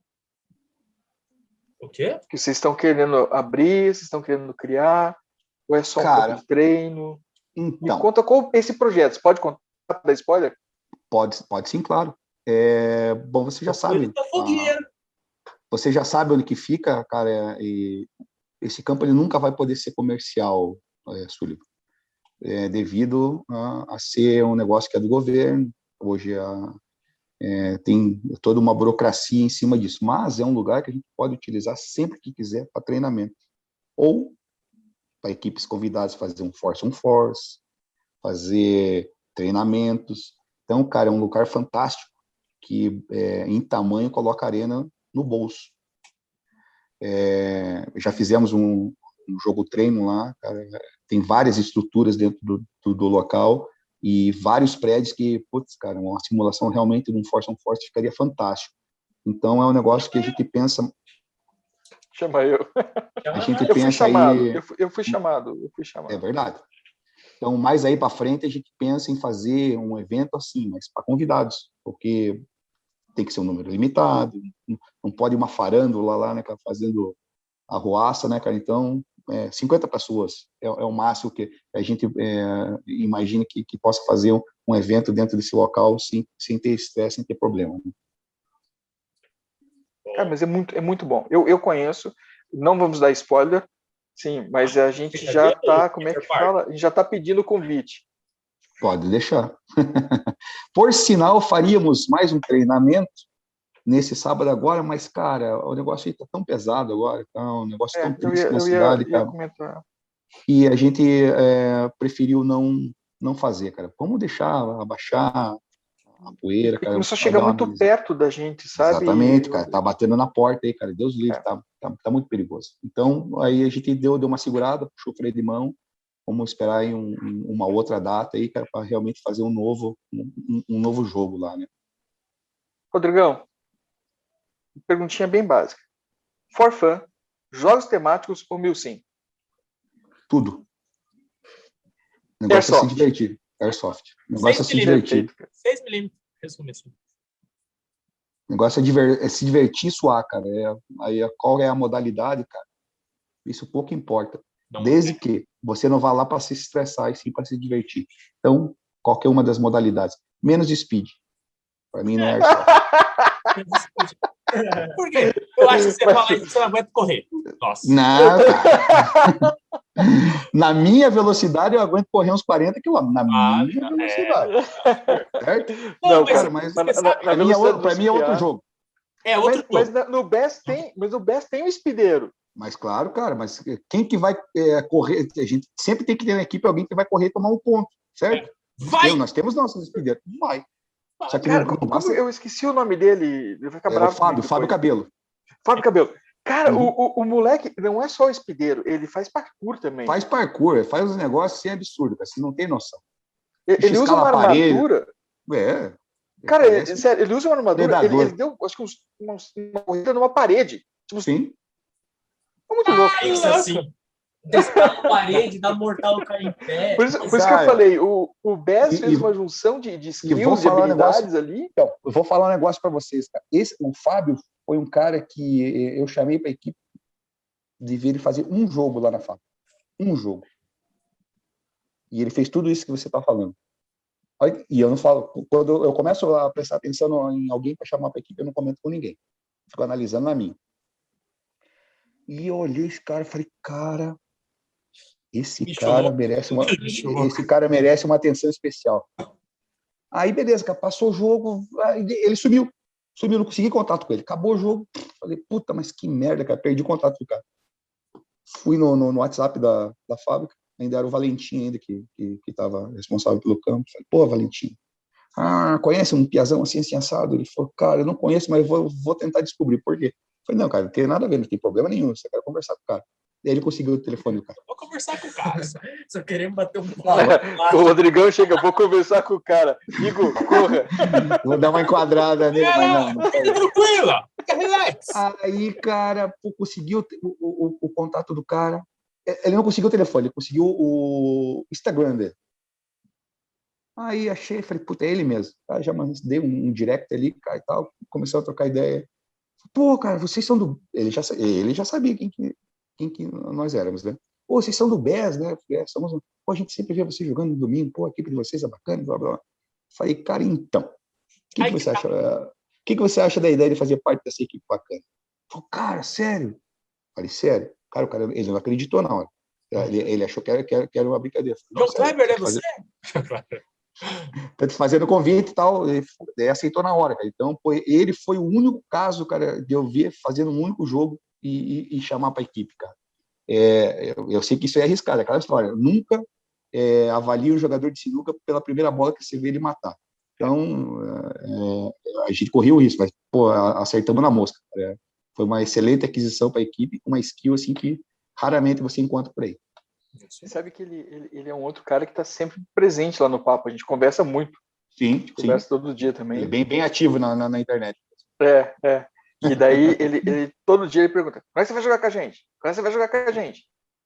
O quê? Que vocês estão querendo abrir, vocês estão querendo criar, ou é só um Cara, campo de treino? Então, Me conta qual é esse projeto. Você pode contar da spoiler? Pode, pode sim, claro. É, bom, você já sabe. Ah, você já sabe onde que fica, cara, e esse campo ele nunca vai poder ser comercial, é, Súlio, é, devido a, a ser um negócio que é do governo. Hoje a, é, tem toda uma burocracia em cima disso, mas é um lugar que a gente pode utilizar sempre que quiser para treinamento. Ou para equipes convidadas fazer um force on force, fazer treinamentos. Então, cara, é um lugar fantástico que, é, em tamanho, coloca a arena no bolso. É, já fizemos um, um jogo treino lá, cara, tem várias estruturas dentro do, do, do local e vários prédios que, putz, cara, uma simulação realmente de um Force on Force ficaria fantástico. Então, é um negócio que a gente pensa... Chama eu. A gente eu pensa fui chamado, aí... eu fui, eu fui chamado, eu fui chamado. É verdade. Então, mais aí para frente, a gente pensa em fazer um evento assim, mas para convidados, porque tem que ser um número limitado, não pode uma farândula lá, né, cara, fazendo arruaça, né, cara? Então, é, cinquenta pessoas é, é o máximo que a gente é, imagina que, que possa fazer um, um evento dentro desse local sem, sem ter estresse, sem ter problema. Né? Cara, mas é muito, é muito bom. Eu, eu conheço, não vamos dar spoiler, sim, mas a gente já está, como é que fala? A gente já está pedindo o convite. Pode deixar. Por sinal, faríamos mais um treinamento nesse sábado agora, mas, cara, o negócio aí tá tão pesado agora, tá um negócio É, tão triste eu ia, na eu cidade, ia, cara. ia comentar. E a gente é, preferiu não, não fazer, cara. Vamos deixar abaixar a poeira, E cara. começou a chegar muito análise. perto da gente, sabe? Exatamente, cara. Tá batendo na porta aí, cara. Deus livre, é. tá, tá, tá muito perigoso. Então, aí a gente deu, deu uma segurada, puxou o freio de mão. Vamos esperar aí um, uma outra data aí, cara, para realmente fazer um novo, um, um novo jogo lá, né? Rodrigão, perguntinha bem básica. For fun, jogos temáticos ou mil sim? Tudo. O negócio Airsoft. É se divertir. Airsoft. O negócio é se divertir. seis milímetros, resume assim. O negócio é, diver, é se divertir e suar, cara. É, aí, qual é a modalidade, cara? Isso pouco importa. Não Desde é. que você não vá lá para se estressar e sim para se divertir. Então, qualquer uma das modalidades. Menos de speed. Para mim não é Airsoft. Por quê? Eu acho que você fala isso, você não aguenta correr. Nossa. Não, cara. Na minha velocidade, eu aguento correr uns quarenta quilômetros. Na ah, minha não, velocidade. É. Certo? Não, não, cara, mas, mas na, para mim, é, mim é outro jogo. É outro mas, jogo. Mas no B E S tem, mas o B E S tem um espideiro. Mas claro, cara, mas quem que vai é, correr? A gente sempre tem que ter na equipe alguém que vai correr e tomar um ponto, certo? Vai! Nós temos nossos espideiros. Vai. Só que cara, não, não basta... Eu esqueci o nome dele. Ele vai ficar é bravo. O Fábio, Fábio Cabelo. Fábio Cabelo. Cara, uhum. o, o, o moleque não é só espideiro, ele faz parkour também. Faz parkour, faz uns negócios sem absurdo, cara, você não tem noção. Ele, ele usa uma armadura. É. Cara, ele, sério, ele usa uma armadura. Ele, ele deu, acho que, uns, uma, uma corrida numa parede. Tipo, sim. É muito louco. Ah, isso assim. Descar a parede, dar mortal, cair em pé. Por isso, por isso que eu falei, o, o B E S e, fez e, uma junção de, de skills, de habilidades um negócio, ali. Então, eu vou falar um negócio para vocês, cara. Esse, o Fábio foi um cara que eu chamei para a equipe de vir ele fazer um jogo lá na fábrica. Um jogo. E ele fez tudo isso que você está falando. E eu não falo, quando eu começo a prestar atenção em alguém para chamar para a equipe, eu não comento com ninguém. Fico analisando na minha. E eu olhei esse cara e falei, cara, esse Me cara chamou. merece uma, esse cara merece uma atenção especial. Aí, beleza, cara, passou o jogo, ele sumiu, sumiu, não consegui contato com ele. Acabou o jogo, falei, puta, mas que merda, cara, perdi contato com o cara. Fui no, no, no WhatsApp da, da fábrica, ainda era o Valentim ainda que que estava responsável pelo campo. Falei, pô, Valentim, ah, conhece um piazão assim, assim, assado? Ele falou, cara, eu não conheço, mas vou, vou tentar descobrir por quê. falei, não, cara, não tem nada a ver, não tem problema nenhum, você quer conversar com o cara. Daí ele conseguiu o telefone do cara. Vou conversar com o cara. Só, só querendo bater um papo. O Rodrigão chega, vou conversar com o cara. Igor, corra. Vou dar uma enquadrada nele, mas não. não Fica tranquila, fica relax. Aí, cara, pô, conseguiu o, o, o contato do cara. Ele não conseguiu o telefone, ele conseguiu o Instagram dele. Aí achei, falei, puta, é ele mesmo. Aí já dei um, um direct ali, cara, e tal, começou a trocar ideia. Pô, cara, vocês são do... Ele já, ele já sabia quem que, quem que nós éramos, né? Pô, vocês são do B E S, né? É, somos... Pô, a gente sempre vê vocês jogando no domingo, pô, a equipe de vocês é bacana, blá, blá. Falei, cara, então, o que, que você acha? O que, que você acha da ideia de fazer parte dessa equipe bacana? Falei, cara, sério? Falei, sério? Cara, o cara, ele não acreditou na hora. Ele, ele achou que era, que era, que era uma brincadeira. João Kleber, é você? Tá te fazendo convite e tal, ele, ele aceitou na hora, cara. Então, foi, ele foi o único caso, cara, de eu ver fazendo um único jogo e, e, e chamar para a equipe, cara. É, eu, eu sei que isso é arriscado, é aquela história. Eu nunca é, avalio um jogador de sinuca pela primeira bola que você vê ele matar. Então, é, a gente correu o risco, mas, pô, acertamos na mosca. Cara. Foi uma excelente aquisição para a equipe, com uma skill, assim, que raramente você encontra por aí. Você sabe que ele, ele, ele é um outro cara que está sempre presente lá no papo. A gente conversa muito. Sim, a gente sim. Conversa todo dia também. Ele é bem, bem ativo na, na, na internet. É, é. E daí, ele, ele, todo dia ele pergunta, quando é que você vai jogar com a gente? Quando é que você vai jogar com a gente?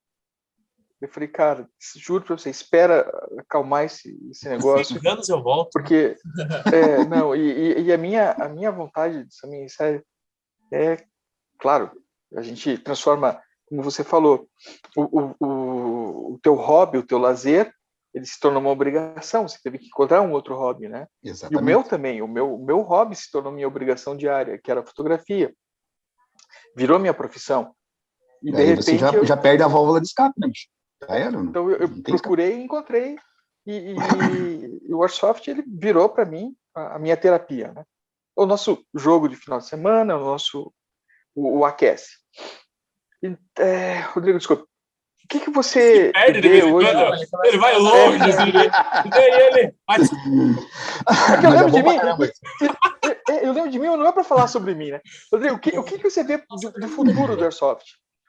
Eu falei, cara, juro pra você, espera acalmar esse, esse negócio. Cinco anos eu volto. Porque, é, não, e, e a, minha, a minha vontade, também, sério, é, claro, a gente transforma, como você falou, o, o, o, o teu hobby, o teu lazer, ele se tornou uma obrigação, você teve que encontrar um outro hobby, né? Exatamente. E o meu também, o meu, o meu hobby se tornou minha obrigação diária, que era a fotografia. Virou minha profissão. E, e de repente, você já, eu... já perde a válvula de escape, né, bicho? Já era, não, então, eu, eu procurei e encontrei. E, e, e o Warsoft, ele virou para mim a, a minha terapia, né? O nosso jogo de final de semana, o nosso o, o aquece. E, é, Rodrigo, desculpa. O que, que você Se perde de vez em hoje? quando. Ele vai longe, assim, e daí ele... Mas... É que eu lembro de mim. Eu, eu lembro de mim, mas não é para falar sobre mim, né? Rodrigo, o que, o que, que você vê do, do futuro do Airsoft?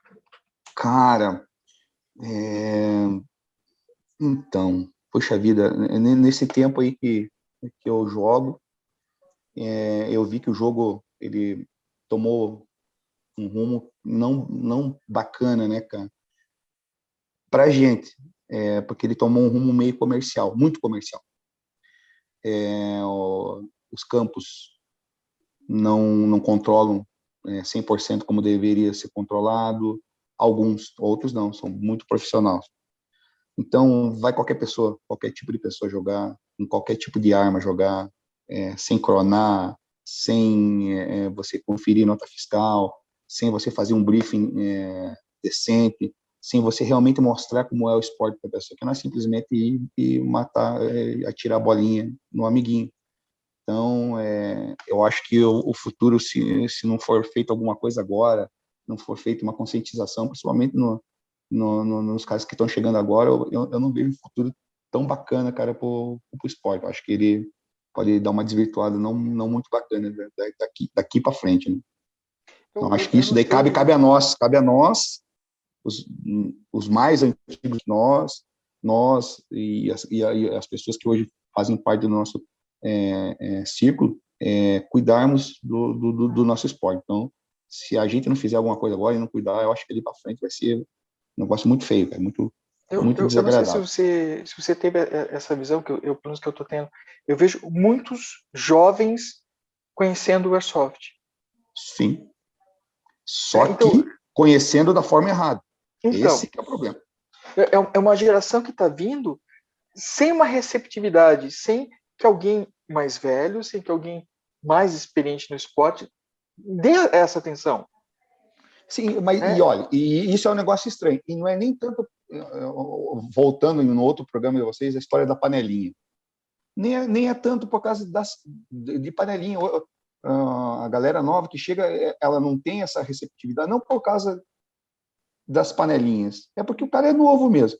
Cara, é... então, poxa vida, nesse tempo aí que, que eu jogo, é, eu vi que o jogo ele tomou um rumo não, não bacana, né, cara? Pra gente, é, porque ele tomou um rumo meio comercial, muito comercial. É, o, os campos não, não controlam é, cem por cento como deveria ser controlado, alguns, outros não, são muito profissionais. Então, vai qualquer pessoa, qualquer tipo de pessoa jogar, com qualquer tipo de arma jogar, é, sem cronar, sem é, você conferir nota fiscal, sem você fazer um briefing é, decente, sem você realmente mostrar como é o esporte para a pessoa, que não é simplesmente ir e matar, é, atirar a bolinha no amiguinho. Então, é, eu acho que o, o futuro, se, se não for feito alguma coisa agora, não for feita uma conscientização, principalmente no, no, no, nos casos que estão chegando agora, eu, eu não vejo um futuro tão bacana, cara, para o esporte. Eu acho que ele pode dar uma desvirtuada não, não muito bacana, né, daqui, daqui para frente, né? Então, eu acho que isso daí cabe, cabe a nós, cabe a nós, os, os mais antigos de nós, nós e as, e as pessoas que hoje fazem parte do nosso é, é, círculo, é, cuidarmos do, do, do nosso esporte. Então, se a gente não fizer alguma coisa agora e não cuidar, eu acho que ali para frente vai ser um negócio muito feio, cara, muito, eu, muito eu, desagradável. Eu não sei se você, se você teve essa visão, que eu, eu, pelo menos que eu estou tendo, eu vejo muitos jovens conhecendo o Airsoft. Sim. Só é, então, que conhecendo da forma errada. Então, esse que é o problema. É, é uma geração que está vindo sem uma receptividade, sem que alguém mais velho, sem que alguém mais experiente no esporte dê essa atenção. Sim, mas é. e olha, e isso é um negócio estranho. E não é nem tanto, voltando no outro programa de vocês, a história da panelinha. Nem é, nem é tanto por causa das, de, de panelinha. A galera nova que chega, ela não tem essa receptividade, não por causa das panelinhas, é porque o cara é novo mesmo.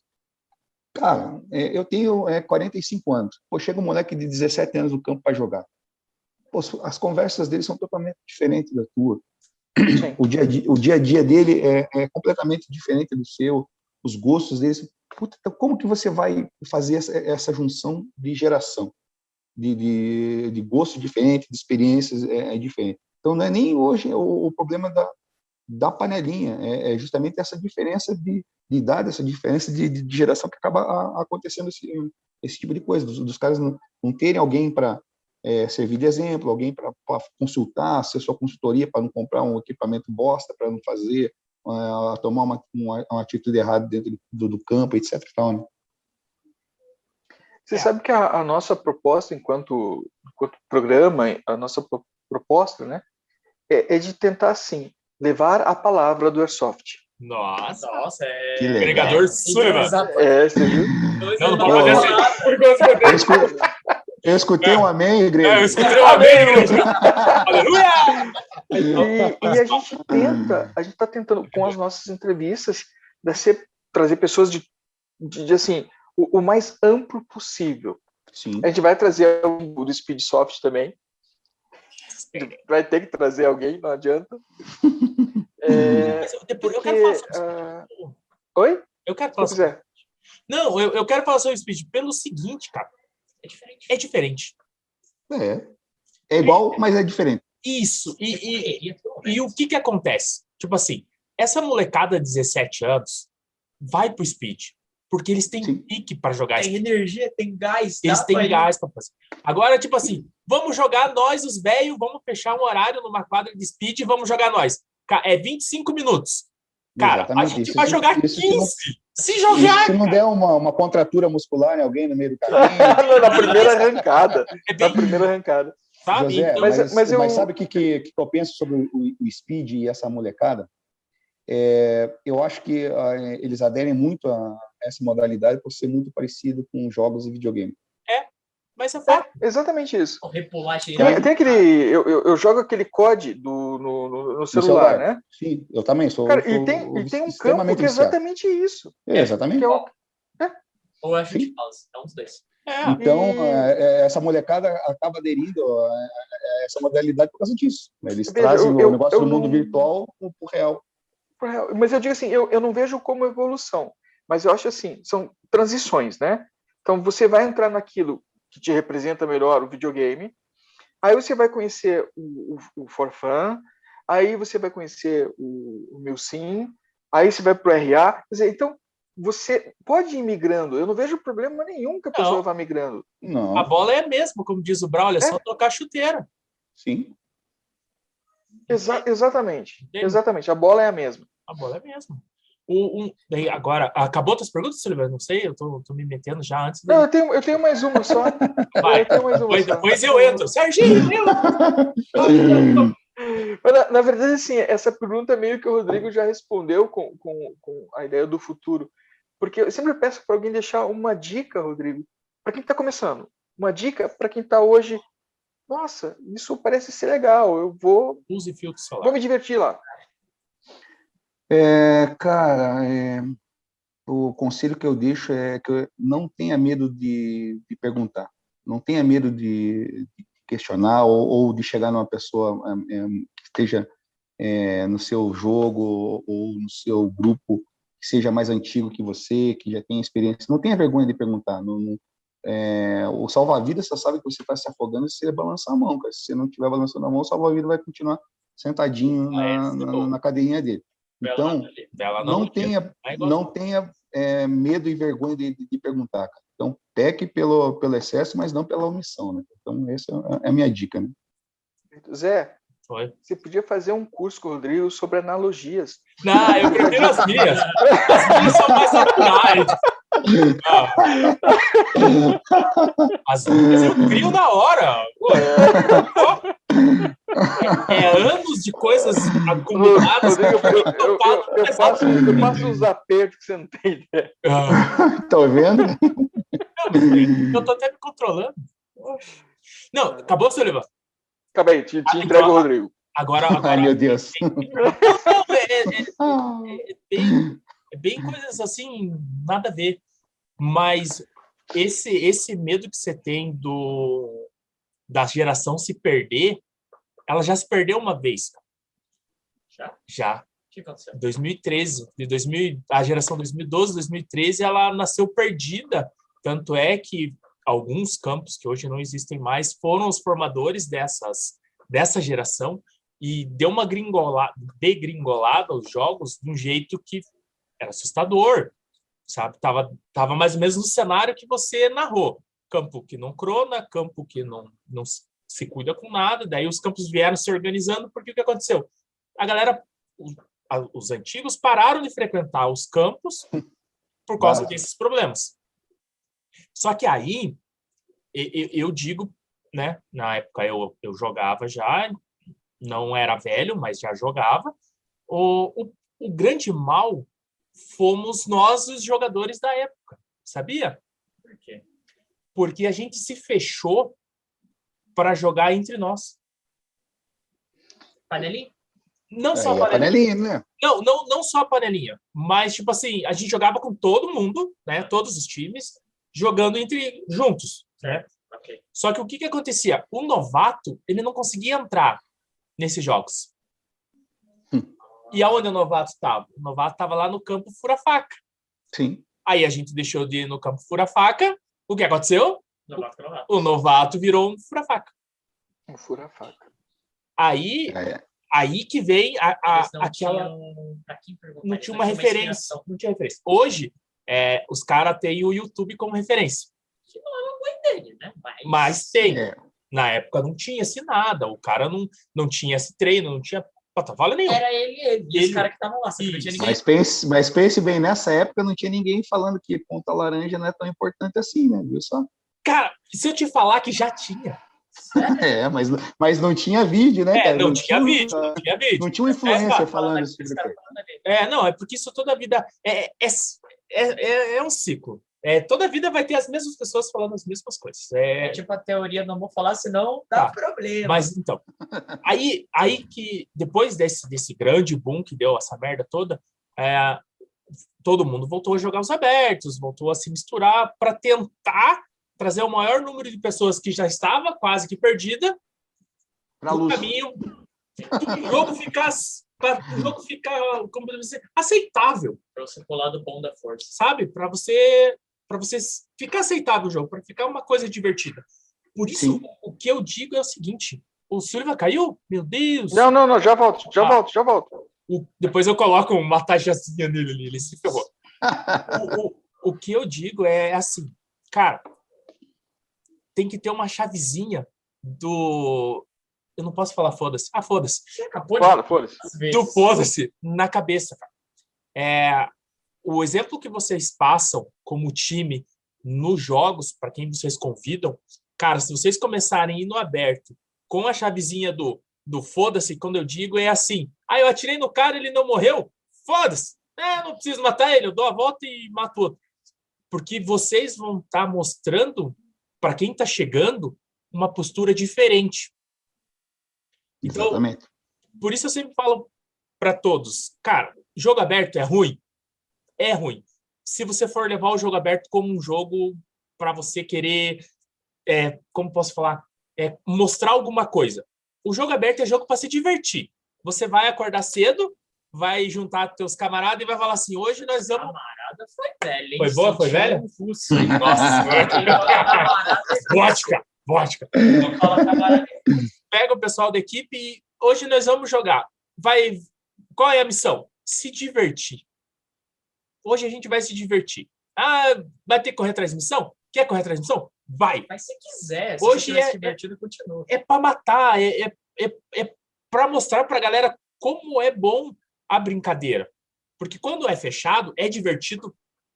Cara, eu tenho quarenta e cinco anos. Pô, chega um moleque de dezessete anos no campo para jogar. Pô, as conversas dele são totalmente diferentes da tua. Sim. O dia, a dia, o dia a dia dele é, é completamente diferente do seu, os gostos deles. Puta, então como que você vai fazer essa, essa junção de geração, de, de, de gosto diferente, de experiências é, é diferente? Então, não é nem hoje o, o problema da, da panelinha, é, é justamente essa diferença de, de idade, essa diferença de, de geração que acaba a, acontecendo esse, esse tipo de coisa, dos, dos caras não, não terem alguém para é, servir de exemplo, alguém para consultar, ser sua consultoria para não comprar um equipamento bosta, para não fazer, uh, tomar uma, uma, uma atitude errada dentro do, do campo, etc. Então, né? Você é. sabe que a, a nossa proposta, enquanto, enquanto programa, a nossa pro, proposta, né, é, é de tentar, assim, levar a palavra do Airsoft. Nossa, Nossa, é... Que legal. Pregador Sullivan. É, você viu? Não, não pode fazer assim. Por conta que eu escutei, eu escutei um amém, igreja. É, eu escutei um amém, igreja. Aleluia! E, e a gente tenta, a gente está tentando, com as nossas entrevistas, ser, trazer pessoas de, de, de assim, o, o mais amplo possível. Sim. A gente vai trazer o do Speedsoft também. Vai ter que trazer alguém, não adianta. É, Mas eu, depois, porque, eu quero falar sobre uh... Oi? Eu quero falar sobre... Não, eu, eu quero falar sobre o Speed pelo seguinte, cara. É diferente. É diferente. É. É igual, mas é diferente. Isso. E, e, e, e o que que acontece? Tipo assim, essa molecada de dezessete anos vai pro Speed. Porque eles têm Sim. pique para jogar. Tem energia, tem gás. Eles têm gás para fazer. Agora, tipo assim, vamos jogar nós, os velhos, vamos fechar um horário numa quadra de Speed e vamos jogar nós. É vinte e cinco minutos. Cara, Exatamente. a gente isso, vai jogar isso, quinze. Se, se jogar. Isso, se não der uma, uma contratura muscular em alguém no meio do caminho. Na primeira arrancada. É bem... Na primeira arrancada. Sabe? José, então, mas, mas, mas, eu... mas sabe o que, que, que eu penso sobre o, o Speed e essa molecada? É, eu acho que uh, eles aderem muito a essa modalidade por ser muito parecido com jogos e videogame. É, mas é fato. É, exatamente isso. Repular, tem, tem aquele, eu, eu, eu jogo aquele C O D do, no, no, no, celular, no celular, né? Sim, eu também sou. Cara, sou e, tem, e tem um campo que é exatamente isso. É, exatamente. É o, é. Ou a gente fala, é um dos dois. É. Então, e... é, essa molecada acaba aderindo a, a essa modalidade por causa disso. Eles Veja, trazem eu, o eu, negócio eu do mundo não... virtual para o real. Mas eu digo assim, eu, eu não vejo como evolução, mas eu acho assim, são transições, né? Então, você vai entrar naquilo que te representa melhor o videogame, aí você vai conhecer o, o, o For Fun, aí você vai conhecer o, o Milsim, aí você vai para o R A. Quer dizer, então, você pode ir migrando. Eu não vejo problema nenhum que a pessoa não. vá migrando. Não. A bola é a mesma, como diz o Braulio, é, é. só tocar chuteira. Sim. Exa exatamente. Entende? Exatamente. A bola é a mesma. A bola é a mesma. O, um, daí, agora, acabou as perguntas, Silvio? Não sei, eu tô, tô me metendo já antes. Não, eu tenho, eu tenho mais uma só. Vai. Eu tenho mais uma depois, só. depois eu entro. Serginho, eu... Mas, na, na verdade, assim, essa pergunta meio que o Rodrigo já respondeu com, com, com a ideia do futuro. Porque eu sempre peço para alguém deixar uma dica, Rodrigo, para quem está começando. Uma dica para quem está hoje. Nossa, isso parece ser legal. Eu vou. Use filtro solar. Vou me divertir lá. É, cara, é, o conselho que eu deixo é que não tenha medo de, de perguntar. Não tenha medo de, de questionar ou, ou de chegar numa pessoa é, que esteja é, no seu jogo ou no seu grupo que seja mais antigo que você, que já tenha experiência. Não tenha vergonha de perguntar. Não, não, é, o salva-vidas só sabe que você está se afogando se você balançar a mão. Cara. Se você não estiver balançando a mão, o salva-vidas vai continuar sentadinho na, na, na cadeirinha dele. Então, não tenha, não tenha é, medo e vergonha de, de, de perguntar. Cara. Então, peque pelo, pelo excesso, mas não pela omissão. Né? Então, essa é a minha dica. Né? Zé, Oi. Você podia fazer um curso com o Rodrigo sobre analogias. Não, eu prefiro as minhas. As minhas são mais naturais. As minhas eu crio na hora. É, é anos de coisas acumuladas. Rodrigo, eu, eu, eu, eu, eu, passo, eu passo uns apertos que você não tem ideia. Tá vendo? Não, eu tô até me controlando. Não, acabou, Sullivan? Acabei, te, te entrego o Rodrigo. Agora, agora. Ai, meu Deus. Não, é, é, é, é, bem, é bem coisas assim, nada a ver. Mas esse, esse medo que você tem do, da geração se perder, ela já se perdeu uma vez. Já? Já. O que aconteceu? dois mil e treze. De dois mil, a geração dois mil e doze, dois mil e treze, ela nasceu perdida. Tanto é que alguns campos que hoje não existem mais foram os formadores dessas, dessa geração e deu uma gringolada, degringolada aos jogos de um jeito que era assustador, sabe? Tava, tava mais ou menos no cenário que você narrou. Campo que não crona, campo que não, não se cuida com nada, daí os campos vieram se organizando, porque o que aconteceu? A galera, os, os antigos pararam de frequentar os campos por causa Claro. desses problemas. Só que aí, eu, eu digo, né, na época eu, eu jogava já, não era velho, mas já jogava, o, o, o grande mal fomos nós, os jogadores da época, sabia? Por quê? Porque a gente se fechou para jogar entre nós. Panelinha? Não só Aí a a panelinha. panelinha, né? Não, não, não só a panelinha, mas, tipo assim, a gente jogava com todo mundo, né? Todos os times, jogando entre juntos, né? Ok. Só que o que, que acontecia? O novato, ele não conseguia entrar nesses jogos. Hum. E aonde o novato estava? O novato estava lá no campo fura-faca. Sim. Aí a gente deixou de ir no campo fura-faca. O que aconteceu? Novato com novato. O novato virou um fura-faca. Um fura-faca. Aí, É, aí que vem a, a, Eles não aquela... tinham... Pra quem perguntar, Não eles tinha uma tinham referência. inspiração. Não tinha referência. Hoje, é, os caras têm o YouTube como referência. Que não é uma boa ideia, né? Mas, Mas tem. é. Na época não tinha esse nada. O cara não, não tinha esse treino, não tinha patavala nenhuma. Era ele e ele. E Ele. os caras que estavam lá. Você não tinha Isso. ninguém. Mas pense, mas pense bem, nessa época não tinha ninguém falando que ponta laranja não é tão importante assim, né? Viu só? Cara, se eu te falar que já tinha. É, mas, mas não tinha vídeo, né, É, cara? não tinha vídeo, não tinha vídeo. Não tinha um influencer É, falando ali, isso. os caras falando ali. É, não, é porque isso toda a vida é, é, é, é, é um ciclo. É, toda a vida vai ter as mesmas pessoas falando as mesmas coisas. É, É tipo a teoria, não vou falar, senão dá Tá. problema. mas então, aí, aí que depois desse, desse grande boom que deu essa merda toda, é, todo mundo voltou a jogar os abertos, voltou a se misturar para tentar trazer o maior número de pessoas que já estava quase que perdida Pra no luz. caminho do jogo ficar, para o jogo ficar, como eu dizer, aceitável, Pra você pular do bom da força. sabe? Para você, para você ficar aceitável o jogo, para ficar uma coisa divertida. Por isso, Sim. o que eu digo é o seguinte: o Silva caiu? Meu Deus! Não, não, não, já volto, já Ah. volto, já volto. O- depois eu coloco uma taxazinha nele ali, ele se ferrou. O, o, o que eu digo é assim, cara, tem que ter uma chavezinha do... Eu não posso falar foda-se. Ah, foda-se. Você acabou de Fala, foda-se. às vezes. Do foda-se na cabeça, cara. É, o exemplo que vocês passam como time nos jogos, para quem vocês convidam, cara, se vocês começarem a ir no aberto com a chavezinha do, do foda-se, quando eu digo, é assim, ah, eu atirei no cara, ele não morreu? Foda-se! É, não preciso matar ele, eu dou a volta e mato outro. Porque vocês vão estar mostrando, para quem está chegando, uma postura diferente. Então, Exatamente. por isso eu sempre falo para todos, cara, jogo aberto é ruim? É ruim. Se você for levar o jogo aberto como um jogo para você querer, é, como posso falar, é, mostrar alguma coisa. O jogo aberto é jogo para se divertir. Você vai acordar cedo, vai juntar teus camaradas e vai falar assim, hoje nós vamos... Camarada foi velha, hein? Foi boa? Foi Sentiu velha? um fuso aí. Nossa, Quem fala camarada, vodka, vodka. quem fala camarada, Pega o pessoal da equipe e hoje nós vamos jogar. Vai... Qual é a missão? Se divertir. Hoje a gente vai se divertir. Ah, vai ter que correr atrás de missão? Quer correr atrás de missão? Vai. mas se quiser, se Hoje você estiver é- divertido, continua. É para matar, é, é, é, é para mostrar para a galera como é bom a brincadeira. Porque quando é fechado, é divertido.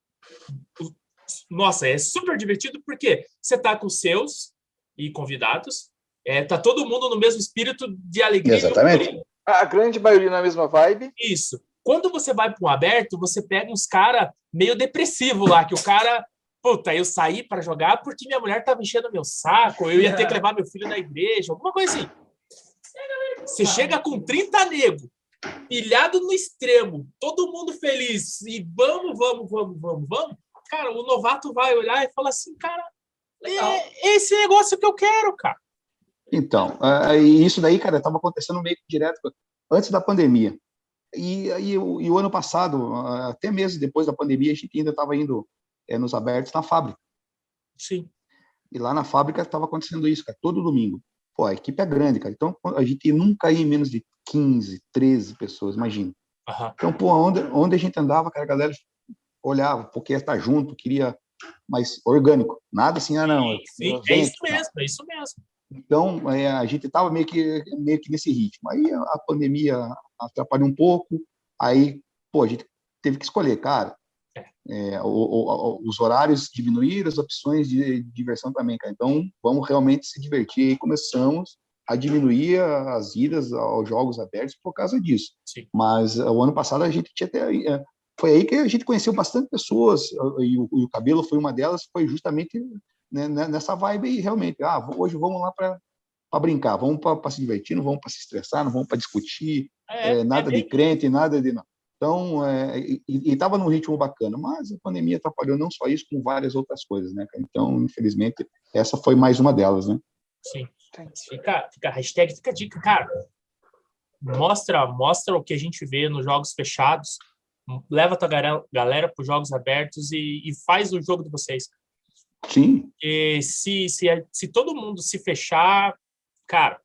Nossa, é super divertido porque você tá com os seus e convidados, é, tá todo mundo no mesmo espírito de alegria. Exatamente. A grande maioria na mesma vibe. Isso. Quando você vai para um aberto, você pega uns cara meio depressivo lá, que o cara, puta, eu saí para jogar porque minha mulher tava enchendo meu saco, eu ia ter que levar meu filho na igreja, alguma coisa assim. Você chega com trinta nego, pilhado no extremo, todo mundo feliz, e vamos, vamos, vamos, vamos, vamos. Cara, o novato vai olhar e falar assim, cara, Legal. é esse negócio que eu quero, cara. Então, ah, e isso daí, cara, estava acontecendo meio que direto antes da pandemia. E, e, o- e o ano passado, até mesmo depois da pandemia, a gente ainda estava indo é, nos abertos na fábrica. Sim. E lá na fábrica estava acontecendo isso, cara, todo domingo. Pô, a equipe é grande, cara. Então, a gente nunca ia em menos de quinze, treze pessoas, imagina. Aham. Então, pô, onde, onde a gente andava, cara, a galera olhava, porque ia estar junto, queria mais orgânico. Nada assim, ah, não, Sim, sim. eu É venho isso aqui. Não. mesmo, é isso mesmo. Então, é, a gente estava meio que, meio que nesse ritmo. Aí a, a pandemia atrapalhou um pouco, aí, pô, a gente teve que escolher, cara. É, o, o, os horários diminuíram, as opções de, de diversão também, cara. Então, vamos realmente se divertir. E começamos a diminuir as idas aos jogos abertos por causa disso. Sim. Mas o ano passado a gente tinha até... É, foi aí que a gente conheceu bastante pessoas, e o, e o Cabelo foi uma delas, foi justamente, né, nessa vibe aí, realmente. Ah, hoje vamos lá para brincar, vamos para se divertir, não vamos para se estressar, não vamos para discutir, É, é, é nada de bem. crente, nada de... Não. Então, é, e estava num ritmo bacana, mas a pandemia atrapalhou não só isso, como várias outras coisas, né? Então, infelizmente, essa foi mais uma delas, né? Sim. Fica, fica a hashtag, fica a dica, cara. Mostra, mostra o que a gente vê nos jogos fechados, leva a tua galera para os jogos abertos e, e faz o jogo de vocês. Sim. E se, se, se todo mundo se fechar, cara,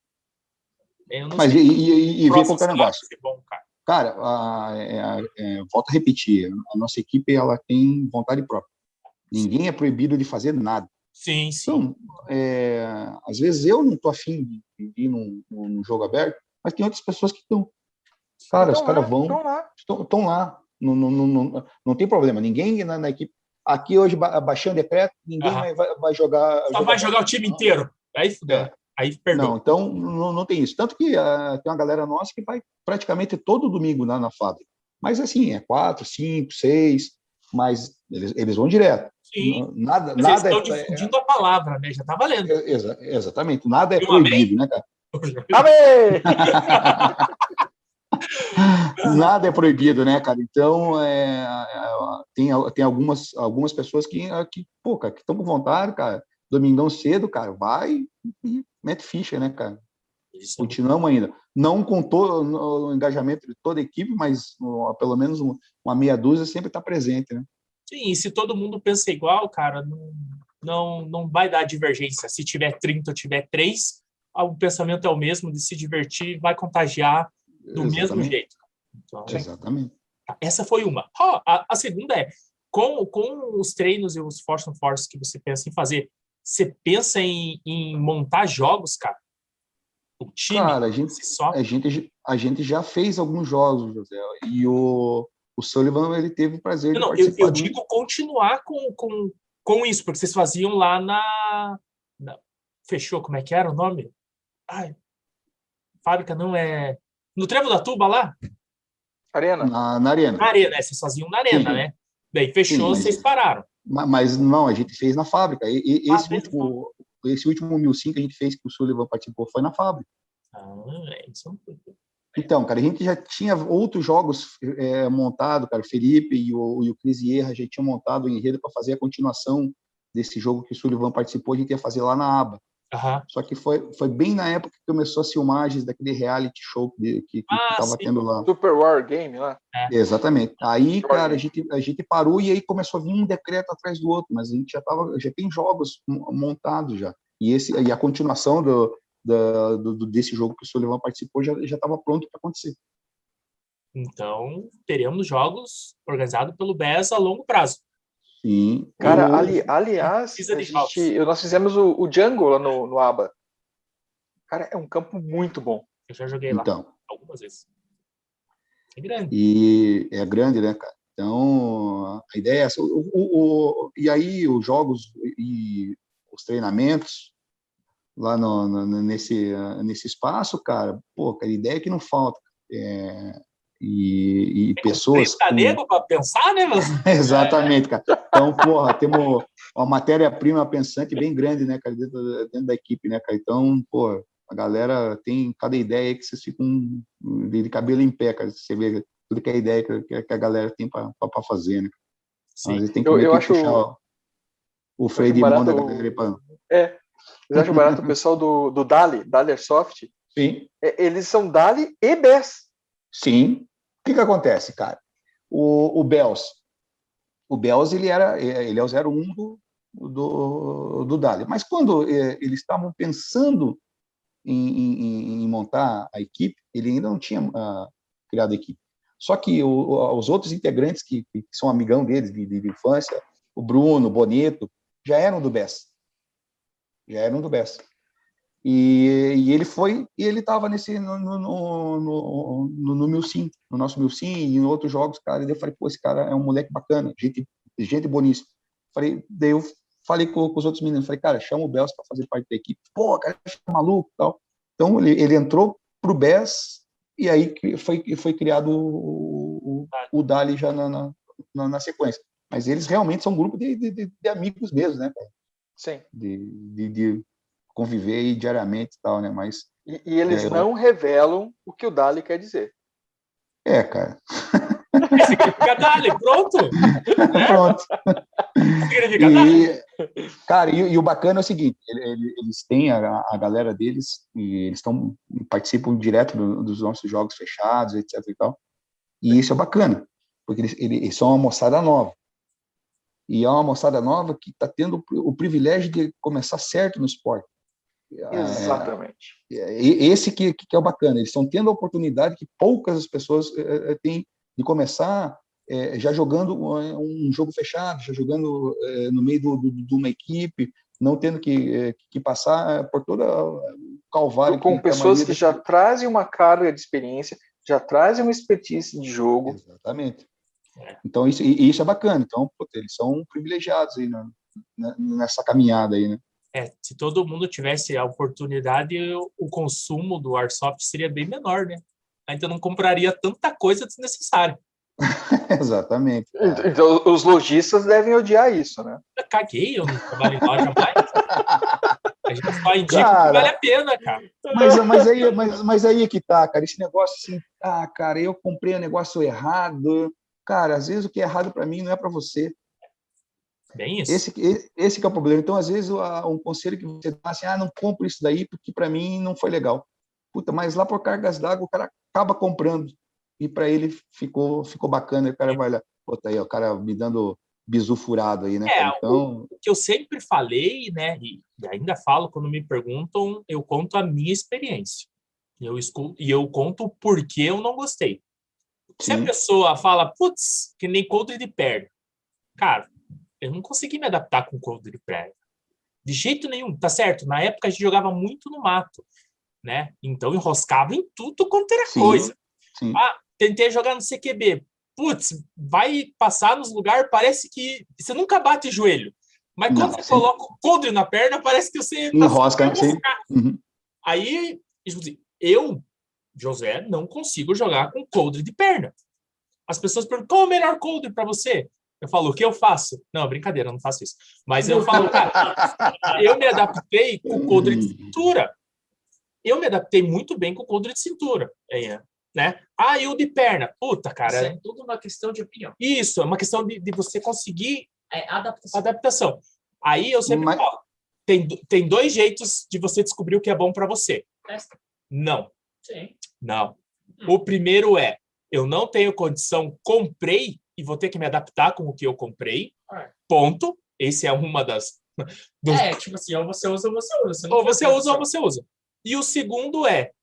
eu não Mas sei. e, e, e ver qualquer negócio. Ser bom, cara. Cara, a, a, é, volto a repetir, a nossa equipe ela tem vontade própria. Ninguém é proibido de fazer nada. Sim, sim. Então, é, às vezes eu não tô afim de, de ir num, num jogo aberto, mas tem outras pessoas que estão. Cara, os caras vão, estão lá. Estão lá. Não, não, não, não, não tem problema. Ninguém na, na equipe. Aqui hoje, baixando decreto, ninguém Aham. vai, vai jogar. Só vai jogar o time não. inteiro. Aí fudeu. É. Aí perdeu. Não, então não, não tem isso. Tanto que uh, tem uma galera nossa que vai praticamente todo domingo na, na fábrica. Mas assim, é quatro, cinco, seis, mas eles, eles vão direto. Sim. Nada, mas nada eles estão é, difundindo é, a palavra, né? Já tá valendo. É, exa, exatamente. Nada é proibido, né, cara? Amém! Nada é proibido, né, cara? Então, é, tem, tem algumas, algumas pessoas que, que pô, cara, que estão com vontade, cara. Domingão cedo, cara, vai e mete ficha, né, cara? Isso. Continuamos ainda. Não com todo o engajamento de toda a equipe, mas pelo menos uma meia dúzia sempre está presente, né? Sim, e se todo mundo pensa igual, cara, não, não, não vai dar divergência. Se tiver trinta ou tiver três, o pensamento é o mesmo de se divertir, vai contagiar do Exatamente. mesmo jeito. Então, Exatamente. Essa foi uma. Oh, a, a segunda é, com, com os treinos e os Force on Force que você pensa em fazer, você pensa em, em montar jogos, cara? O time? Cara, a gente, só... a gente, a gente já fez alguns jogos, José, e o, o Sullivan, ele teve o prazer não, de participar. Eu, eu digo continuar com, com, com isso, porque vocês faziam lá na, na... Fechou, como é que era o nome? Ai, fábrica não é... No Trevo da Tuba lá? Arena. Na, na Arena. Na Arena, né? Vocês faziam na Arena, Sim. né? Daí fechou, Sim, mas, vocês pararam. Mas não, a gente fez na fábrica. E, e, Ah, esse, último, esse último mil e cinco que a gente fez, que o Sullivan participou, foi na fábrica. Ah, é isso. Então, cara, a gente já tinha outros jogos é, montados, cara, o Felipe e o, e o Cris Ierra já tinham montado o enredo para fazer a continuação desse jogo que o Sullivan participou, a gente ia fazer lá na aba. Uhum. Só que foi, foi bem na época que começou as filmagens daquele reality show que, que, que ah, tava sim. tendo lá. Super War Game lá. É. Exatamente. Aí, cara, a gente, a gente parou e aí começou a vir um decreto atrás do outro, mas a gente já tava, já tem jogos montados já. E, esse, e a continuação do, do, do, desse jogo que o Sullivan participou já estava pronto para acontecer. Então, teremos jogos organizados pelo B E S a longo prazo. Sim. Cara, eu... ali, aliás, a gente, nós fizemos o, o Django lá no, no ABA. Cara, é um campo muito bom. Eu já joguei então, lá algumas vezes. É grande. E é grande, né, cara? Então, a ideia é essa. O, o, o, e aí, os jogos e os treinamentos lá no, no, nesse, nesse espaço, cara, pô, a ideia é que não falta. É, e, e é pessoas... Com... nego para pensar, né? Mas... Exatamente, cara. Então, porra, temos uma matéria-prima pensante bem grande, né, cara, dentro, dentro da equipe, né, cara? Então, pô, a galera tem cada ideia aí que vocês ficam de cabelo em pé, cara. Você vê tudo que é ideia que, que a galera tem para fazer, né? Sim. Às vezes tem que, eu, eu que acho, puxar o freio de mão da galera. Pra... É, eu acho barato o pessoal do, do Dali, Dali Airsoft. Sim. É, eles são Dali e B E S. Sim. que que acontece, cara? O, o Bells, o Bells, ele era, ele é o zero um do, do, do Dali. Mas quando eh, eles estavam pensando em, em, em montar a equipe, ele ainda não tinha uh, criado a equipe. Só que o, os outros integrantes que, que são amigão deles de, de, de infância, o Bruno, o Bonito, já eram do B E S. Já eram do B E S. E, e ele foi, e ele estava nesse no, no, no, no, no Milsim, no nosso Milsim e em outros jogos, cara. E eu falei, pô, esse cara é um moleque bacana, gente, gente boníssima. Falei, daí eu falei com, com os outros meninos, falei, cara, chama o Bells para fazer parte da equipe. Pô, cara, é maluco, tal. Então ele, ele entrou pro B E S e aí foi foi criado o, o, o Dali já na, na, na sequência. Mas eles realmente são um grupo de, de, de amigos mesmo, né? Sim. De, de, de conviver diariamente e tal, né? Mas e, e eles é, não revelam o que o Dali quer dizer. É, cara. Significa Dali, pronto. Né? Pronto. Significa Dali. E, cara, e, e o bacana é o seguinte, eles, eles têm a, a galera deles e eles estão participam direto do, dos nossos jogos fechados, etc e tal. E isso é bacana, porque eles, eles são uma moçada nova. E é uma moçada nova que está tendo o privilégio de começar certo no esporte. Exatamente. É, esse que, que é o bacana. Eles estão tendo a oportunidade que poucas pessoas é, têm de começar é, já jogando um jogo fechado, já jogando é, no meio do, do, de uma equipe, não tendo que, é, que passar por todo o calvário. Com que, pessoas que já das... trazem uma carga de experiência, já trazem uma expertise de jogo. Exatamente. Então, isso, isso é bacana. Então, pô, eles são privilegiados aí na, na, nessa caminhada aí, né? É, se todo mundo tivesse a oportunidade, o consumo do Airsoft seria bem menor, né? Ainda não compraria tanta coisa desnecessária. Exatamente. Cara. Então, os lojistas devem odiar isso, né? Eu caguei, eu não trabalho em loja mais. A gente só indica cara, que vale a pena, cara. Mas, mas, aí, mas, mas aí é que tá, cara. Esse negócio assim, ah, cara, eu comprei o um negócio errado. Cara, às vezes o que é errado para mim não é para você. Bem isso. Esse, esse que é o problema. Então, às vezes, um conselho que você dá assim, ah, não compre isso daí porque para mim não foi legal. Puta, mas lá por cargas d'água o cara acaba comprando e para ele ficou ficou bacana. O cara vai lá, puta aí, o cara me dando bizu furado aí, né? É, então, o, o que eu sempre falei, né, e, e ainda falo quando me perguntam, eu conto a minha experiência. E eu, escuto, e eu conto o porquê eu não gostei. Se sim. a pessoa fala, putz, que nem coldre de perna. Cara, eu não consegui me adaptar com coldre de perna. De jeito nenhum, tá certo? Na época a gente jogava muito no mato, né? Então enroscava em tudo quanto era sim, coisa. Sim. Ah, tentei jogar no C Q B. Putz, vai passar nos lugares, parece que você nunca bate joelho. Mas quando não, você sim. coloca o coldre na perna, parece que você... Enrosca, tá sim. Uhum. Aí, eu, José, não consigo jogar com coldre de perna. As pessoas perguntam, qual é o melhor coldre para você? Eu falo, o que eu faço? Não, brincadeira, eu não faço isso. Mas eu falo, cara, eu me adaptei com o coldre de cintura. Eu me adaptei muito bem com o coldre de cintura. É, né? Ah, e o de perna? Puta, cara. Isso é tudo uma questão de opinião. Isso, é uma questão de, de você conseguir é adaptação. adaptação. Aí eu sempre Mas... falo, tem, tem dois jeitos de você descobrir o que é bom para você. Testa. Não. Sim. Não. O primeiro é, eu não tenho condição, comprei e vou ter que me adaptar com o que eu comprei. Ponto. Esse é uma das... Dos... É, tipo assim, ou você usa ou você usa. Você ou você usa ou você usa. E o segundo é,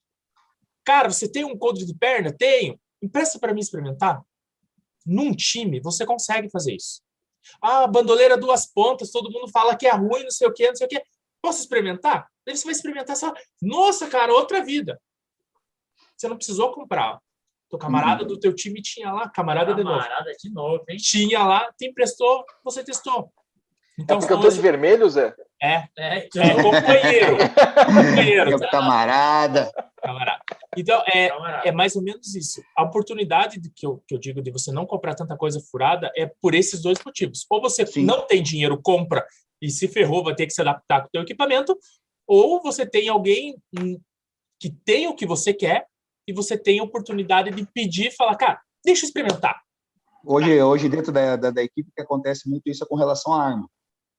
cara, você tem um coldre de perna? Tenho. Empresta para mim experimentar. Num time, você consegue fazer isso. Ah, bandoleira duas pontas, todo mundo fala que é ruim, não sei o quê, não sei o quê. Posso experimentar? Daí você vai experimentar só. Nossa, cara, outra vida. Você não precisou comprar. Teu camarada uhum. do teu time tinha lá, camarada, camarada de novo. Camarada de novo, hein? Tinha lá, te emprestou, você testou. Então, é porque eu tô de vermelho, Zé? É, é, é companheiro. companheiro. Tá? Camarada. Camarada. Então, é, Camarada. é mais ou menos isso. A oportunidade de, que, eu, que eu digo de você não comprar tanta coisa furada é por esses dois motivos. Ou você Sim. não tem dinheiro, compra e se ferrou, vai ter que se adaptar com o teu equipamento, ou você tem alguém que tem o que você quer e você tem a oportunidade de pedir e falar, cara, deixa eu experimentar. Hoje, hoje dentro da, da, da equipe, que acontece muito isso é com relação à arma.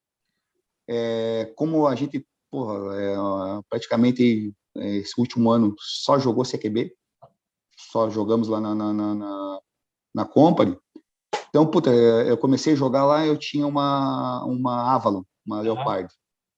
É, como a gente porra, é, praticamente esse último ano só jogou C Q B, só jogamos lá na, na, na, na, na Company. Então, puta, eu comecei a jogar lá, eu tinha uma, uma Avalon, uma Leopard.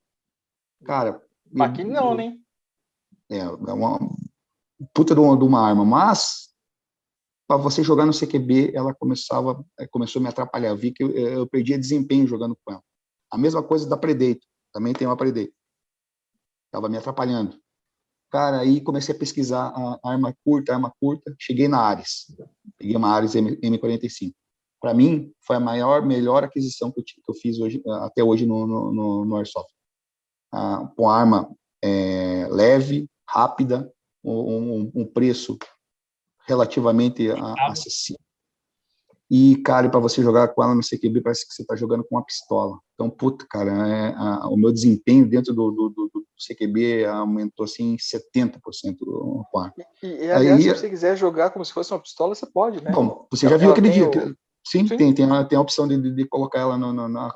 Cara... Aqui não, eu, né? É, é uma puta de uma, de uma arma, mas para você jogar no C Q B, ela começava, começou a me atrapalhar. Eu vi que eu, eu perdia desempenho jogando com ela. A mesma coisa da Predator, também tem uma Predator. Estava me atrapalhando. Cara, aí comecei a pesquisar a arma curta, arma curta, cheguei na Ares. Peguei uma Ares M quarenta e cinco. Para mim, foi a maior, melhor aquisição que eu, que eu fiz hoje, até hoje no, no, no Airsoft. Ah, com arma é, leve, rápida, um, um preço relativamente acessível. E, cara, para você jogar com ela no C Q B, parece que você está jogando com uma pistola. Então, puta, cara, é, a, o meu desempenho dentro do, do, do, do C Q B aumentou, assim, setenta por cento com a arma. E, e, aliás, Aí, se você quiser jogar como se fosse uma pistola, você pode, né? Bom, você já ela, viu ela aquele dia. o... Que, sim, sim, tem, tem, a, tem a opção de, de, de colocar ela no, no, na,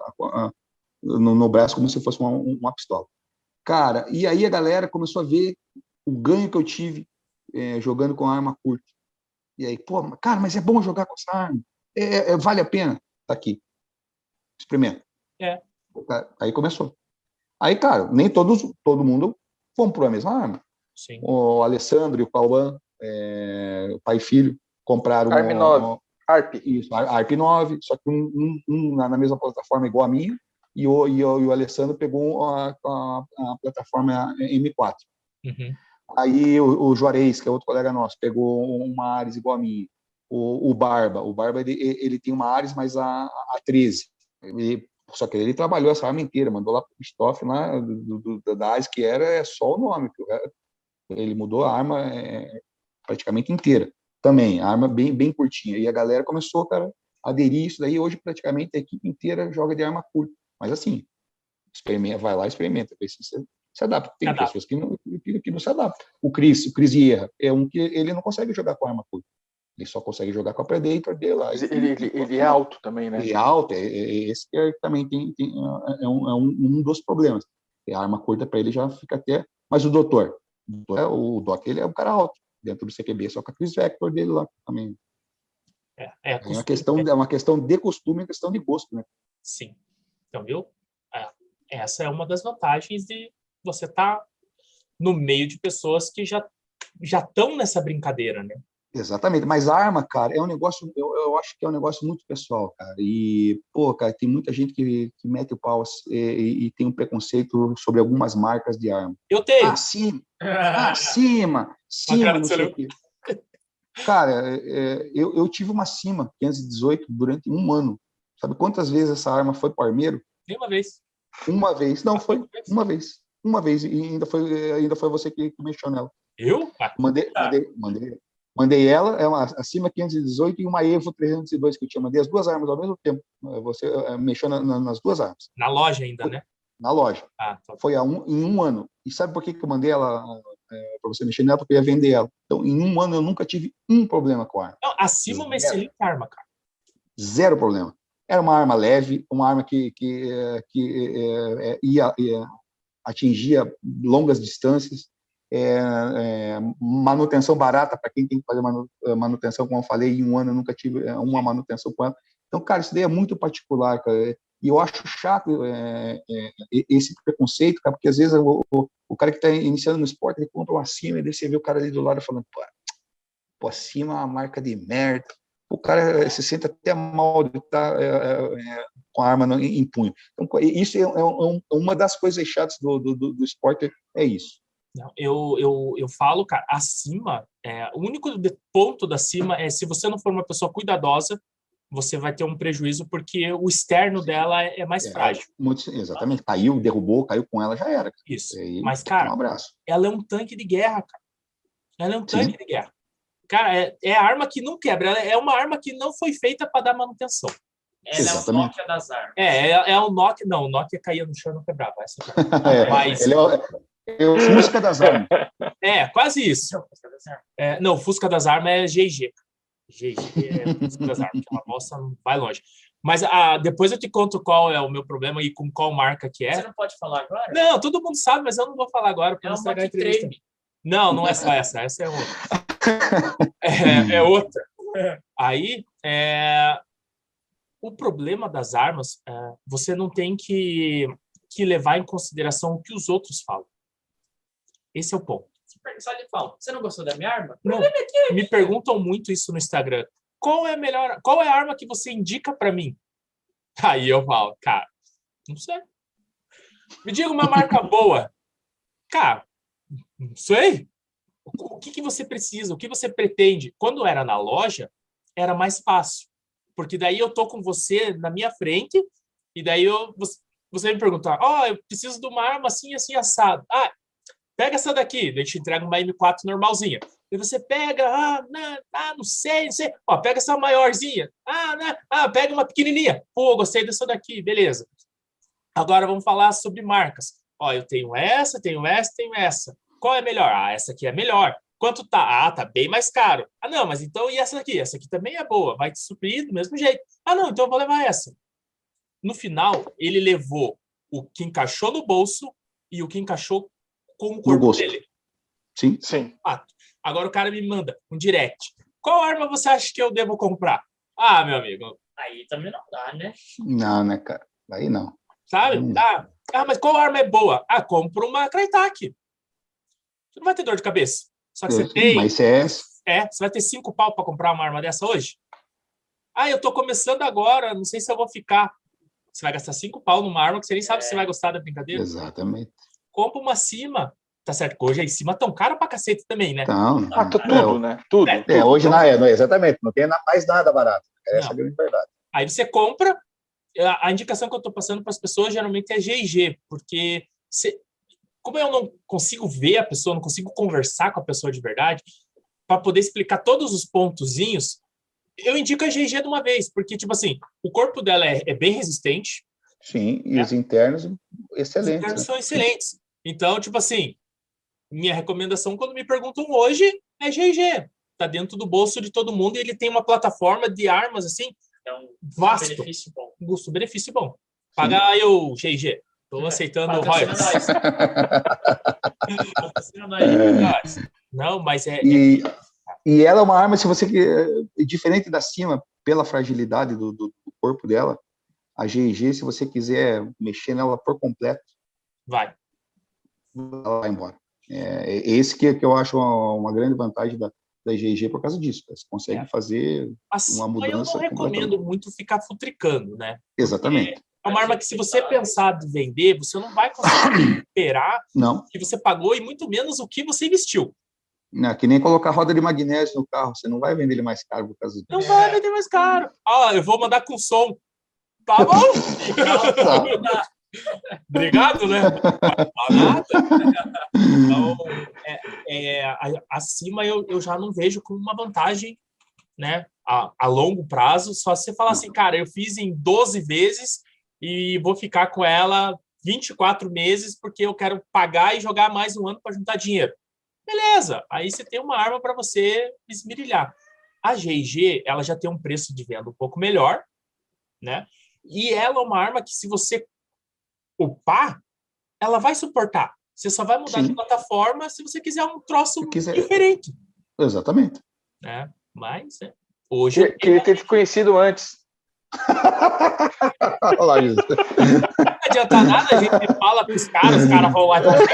no, no braço como se fosse uma, uma pistola. Cara, e aí a galera começou a ver o ganho que eu tive é, jogando com a arma curta. E aí, pô, cara, mas é bom jogar com essa arma? É, é, vale a pena? Tá aqui. Experimenta. É. Aí começou. Aí, cara, nem todos, todo mundo comprou a mesma arma. Sim. O Alessandro e o Cauã, é, o pai e filho, compraram A R P nove. Um, ARP. Isso, a ARP nove, só que um, um, um na mesma plataforma igual a minha, e o, e o, e o Alessandro pegou a, a, a plataforma M quatro. Uhum. Aí o, o Juarez, que é outro colega nosso, pegou uma Ares igual a minha. O, o Barba, o Barba ele, ele tem uma Ares, mas a, a treze. Ele, só que ele trabalhou essa arma inteira, mandou lá para o Christoph, lá, do, do, da Ares, que era é só o nome. Ele mudou a arma é, praticamente inteira. Também, a arma bem, bem curtinha. E a galera começou, cara, a aderir isso daí. Hoje, praticamente, a equipe inteira joga de arma curta. Mas, assim, experimenta, vai lá e experimenta. Vê se você se adapta. Tem adapta. pessoas que não, que, que não se adaptam. O Chris, o Chris Ierra, é um que ele não consegue jogar com arma curta. Ele só consegue jogar com a Predator dele lá. Mas ele, ele, ele é alto também, né? Ele é alto. É, é, esse que é, também tem, tem, é, um, é um, um dos problemas. A arma curta para ele já fica até... Mas o doutor, o Doc, ele é um cara alto dentro do C Q B, só com a Chris Vector dele lá também. É, é, é, uma questão, é uma questão de costume, é uma questão de gosto, né? Sim. Então, viu? É, essa é uma das vantagens de você estar tá no meio de pessoas que já já estão nessa brincadeira, né? Exatamente. Mas a arma, cara, é um negócio, eu, eu acho que é um negócio muito pessoal, cara. E, pô, cara, tem muita gente que, que mete o pau e, e, e tem um preconceito sobre algumas marcas de arma. Eu tenho. Ah, sim. Ah, cima. Cima, não sei o quê. Cara, é, eu, eu tive uma Cima quinhentos e dezoito durante um ano. Sabe quantas vezes essa arma foi para o armeiro? Uma vez. Uma vez. Não, foi uma vez. Uma vez. E ainda foi, ainda foi você que, que mexeu nela. Eu? Mandei, mandei, mandei, mandei ela, é uma Cima quinhentos e dezoito e uma Evo trezentos e dois que eu tinha. Mandei as duas armas ao mesmo tempo. Você mexeu na, na, nas duas armas. Na loja ainda, né? Na loja. Ah, tá. Foi a um, em um ano. E sabe por que, que eu mandei ela é, para você mexer nela? Porque eu ia vender ela. Então, em um ano, eu nunca tive um problema com a arma. Não, acima uma excelente arma, cara. Zero problema. Era uma arma leve, uma arma que, que, que é, ia, ia, atingia longas distâncias, é, é, manutenção barata para quem tem que fazer manutenção, como eu falei, em um ano eu nunca tive uma manutenção com ela. Então, cara, isso daí é muito particular, cara. E eu acho chato é, é, esse preconceito, cara, porque às vezes o, o, o cara que está iniciando no esporte, ele compra uma Cima e daí você vê o cara ali do lado falando, pô, pô Cima é uma marca de merda. O cara se sente até mal de estar é, é, com a arma em, em punho. Então, isso é, é, um, uma das coisas chatas do, do, do esporte, é isso. Não, eu, eu, eu falo, cara, a Cima, é, o único ponto da Cima é se você não for uma pessoa cuidadosa, você vai ter um prejuízo porque o externo dela é, é mais é, frágil. Muito, exatamente. Caiu, derrubou, caiu com ela, já era. Cara. Isso. Aí, mas, cara, um abraço. Ela é um tanque de guerra, cara. Ela é um tanque Sim. de guerra. Cara, é, é a arma que não quebra. Ela é uma arma que não foi feita para dar manutenção. Ela Exatamente. É o Nokia das armas. É, é, é o Nokia... Não, o Nokia caía no chão e não quebrava. Essa é, mas... Ele é o, é o Fusca das armas. É, quase isso. É, não, o Fusca das armas é G G. G G é Fusca das armas. Aquela bosta não vai longe. Mas ah, depois eu te conto qual é o meu problema e com qual marca que é. Você não pode falar agora? Não, todo mundo sabe, mas eu não vou falar agora. É uma que treme. Não, não é só essa. Essa é outra. é, é outra. Aí, é, o problema das armas, é, você não tem que, que levar em consideração o que os outros falam. Esse é o ponto. Só ele fala, você não gostou da minha arma? Não, me perguntam muito isso no Instagram. Qual é a melhor, qual é a arma que você indica para mim? Aí eu falo, cara, não sei. Me diga uma marca boa. Cara, não sei. O que, que você precisa? O que você pretende? Quando era na loja, era mais fácil. Porque daí eu tô com você na minha frente e daí eu, você, você me perguntar, ó, oh, eu preciso de uma arma assim, assim, assado. Ah, pega essa daqui. Daí te entrega uma M quatro normalzinha. E você pega, ah, não, ah, não sei, não sei. Ó, pega essa maiorzinha. Ah, não, ah, pega uma pequenininha. Pô, gostei dessa daqui, beleza. Agora vamos falar sobre marcas. Ó, eu tenho essa, tenho essa, tenho essa. Qual é melhor? Ah, essa aqui é melhor. Quanto tá? Ah, tá bem mais caro. Ah, não, mas então e essa aqui? Essa aqui também é boa, vai te suprir do mesmo jeito. Ah, não, então eu vou levar essa. No final, ele levou o que encaixou no bolso e o que encaixou com o corpo dele. Sim. Sim. Ah, agora o cara me manda um direct. Qual arma você acha que eu devo comprar? Ah, meu amigo. Aí também não dá, né? Não, né, cara? Aí não. Sabe? Hum. Ah, ah, mas qual arma é boa? Ah, compra uma Crytek. Você não vai ter dor de cabeça. Só que Eu, você tem... Mas é... É, você vai ter cinco pau para comprar uma arma dessa hoje? Ah, eu tô começando agora, não sei se eu vou ficar. Você vai gastar cinco pau numa arma que você nem sabe é. se você vai gostar da brincadeira. Exatamente. Compra uma cima. Tá certo que hoje aí cima tão caro pra cacete também, né? Então, ah, tá tudo, é, né? Tudo. É, tudo. hoje não é, não, exatamente. Não tem mais nada barato. Essa é a grande verdade. Aí você compra. A, a indicação que eu tô passando para as pessoas geralmente é G e G, porque você, como eu não consigo ver a pessoa, não consigo conversar com a pessoa de verdade, para poder explicar todos os pontozinhos, eu indico a G e G de uma vez, porque, tipo assim, o corpo dela é, é bem resistente. Sim, e né? os internos, excelentes. Os internos né? são excelentes. Então, tipo assim, minha recomendação quando me perguntam hoje é G e G. Tá dentro do bolso de todo mundo e ele tem uma plataforma de armas, assim, é um vasto. Benefício bom. Um custo-benefício bom. Paga aí o G e G. Estou aceitando o royalties. Não, mas é... E, é... e ela é uma arma, se você diferente da cima, pela fragilidade do, do, do corpo dela, a G e G, se você quiser mexer nela por completo, vai. Ela vai embora. É, esse que, que eu acho uma, uma grande vantagem da, da G e G por causa disso. Você consegue é. fazer assim, uma mudança. Eu não recomendo muito ficar futricando, né? Exatamente. É uma arma que, se você pensar de vender, você não vai conseguir recuperar o que você pagou e muito menos o que você investiu. Não, que nem colocar roda de magnésio no carro. Você não vai vender ele mais caro por causa disso. Não é. vai vender mais caro. Ah, eu vou mandar com som. Tá bom? Tá. Obrigado, né? Não nada. Então, é, é, acima eu, eu já não vejo como uma vantagem, né? A, a longo prazo. Só se você falar assim, cara, eu fiz em doze vezes e vou ficar com ela vinte e quatro meses porque eu quero pagar e jogar mais um ano para juntar dinheiro. Beleza, aí você tem uma arma para você esmirilhar. A G e G, ela já tem um preço de venda um pouco melhor, né? E ela é uma arma que, se você upar, ela vai suportar. Você só vai mudar Sim. de plataforma se você quiser um troço quiser... diferente. Exatamente. É, mas é. Hoje... Que, queria ter te conhecido antes. Olá, Jesus. Não adianta nada, a gente fala para os caras, os caras vão lá e vão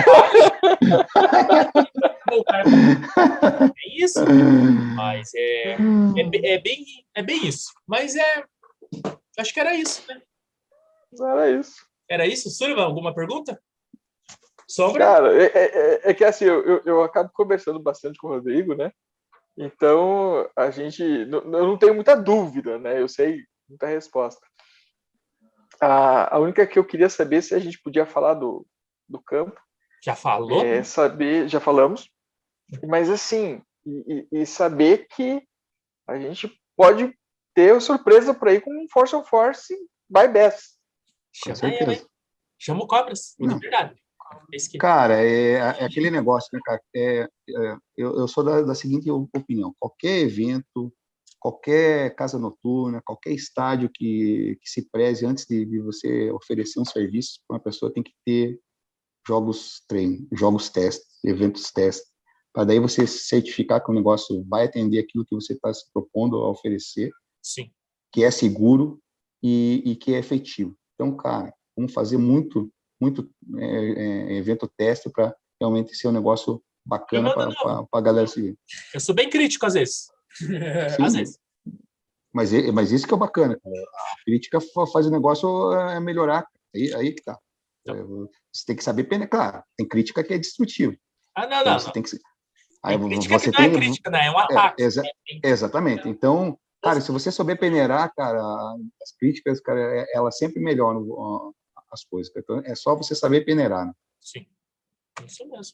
é isso, mas é, é, é, bem, é bem isso. Mas é, acho que era isso, né? Era isso. Era isso? Sullivan, alguma pergunta? Sombra? Cara, é, é, é que assim, eu, eu, eu acabo conversando bastante com o Rodrigo, né? Então, a gente, eu não tenho muita dúvida, né? Eu sei muita resposta. A, a única que eu queria saber se a gente podia falar do, do campo. Já falou? É saber, já falamos. Mas assim, e, e saber que a gente pode ter surpresa por aí com um Force on Force by Best. Chama ela, hein? Chama o Cobras, de verdade. Que... Cara, é, é aquele negócio, né, cara? É, é, eu, eu sou da, da seguinte opinião: qualquer evento, qualquer casa noturna, qualquer estádio que, que se preze antes de, de você oferecer um serviço para uma pessoa, tem que ter jogos treino, jogos teste, eventos teste. para daí você certificar que o negócio vai atender aquilo que você está se propondo a oferecer, Sim. que é seguro e, e que é efetivo. Então, cara, vamos fazer muito, muito é, é, evento teste para realmente ser um negócio bacana para a galera seguir. Eu sou bem crítico às vezes. Sim, Às vezes. Mas, mas isso que é o bacana, cara. A crítica faz o negócio é, melhorar. Aí, aí que tá. Então, você tem que saber peneirar. Claro, tem crítica que é destrutiva. Ah, não, então, não. Você não. tem que, aí tem crítica você que não tem, é crítica, né? É um ataque. É, exa, exatamente. Então, cara, se você souber peneirar, cara, as críticas, cara, elas sempre melhoram as coisas. Então, é só você saber peneirar. Né? Sim. Isso mesmo.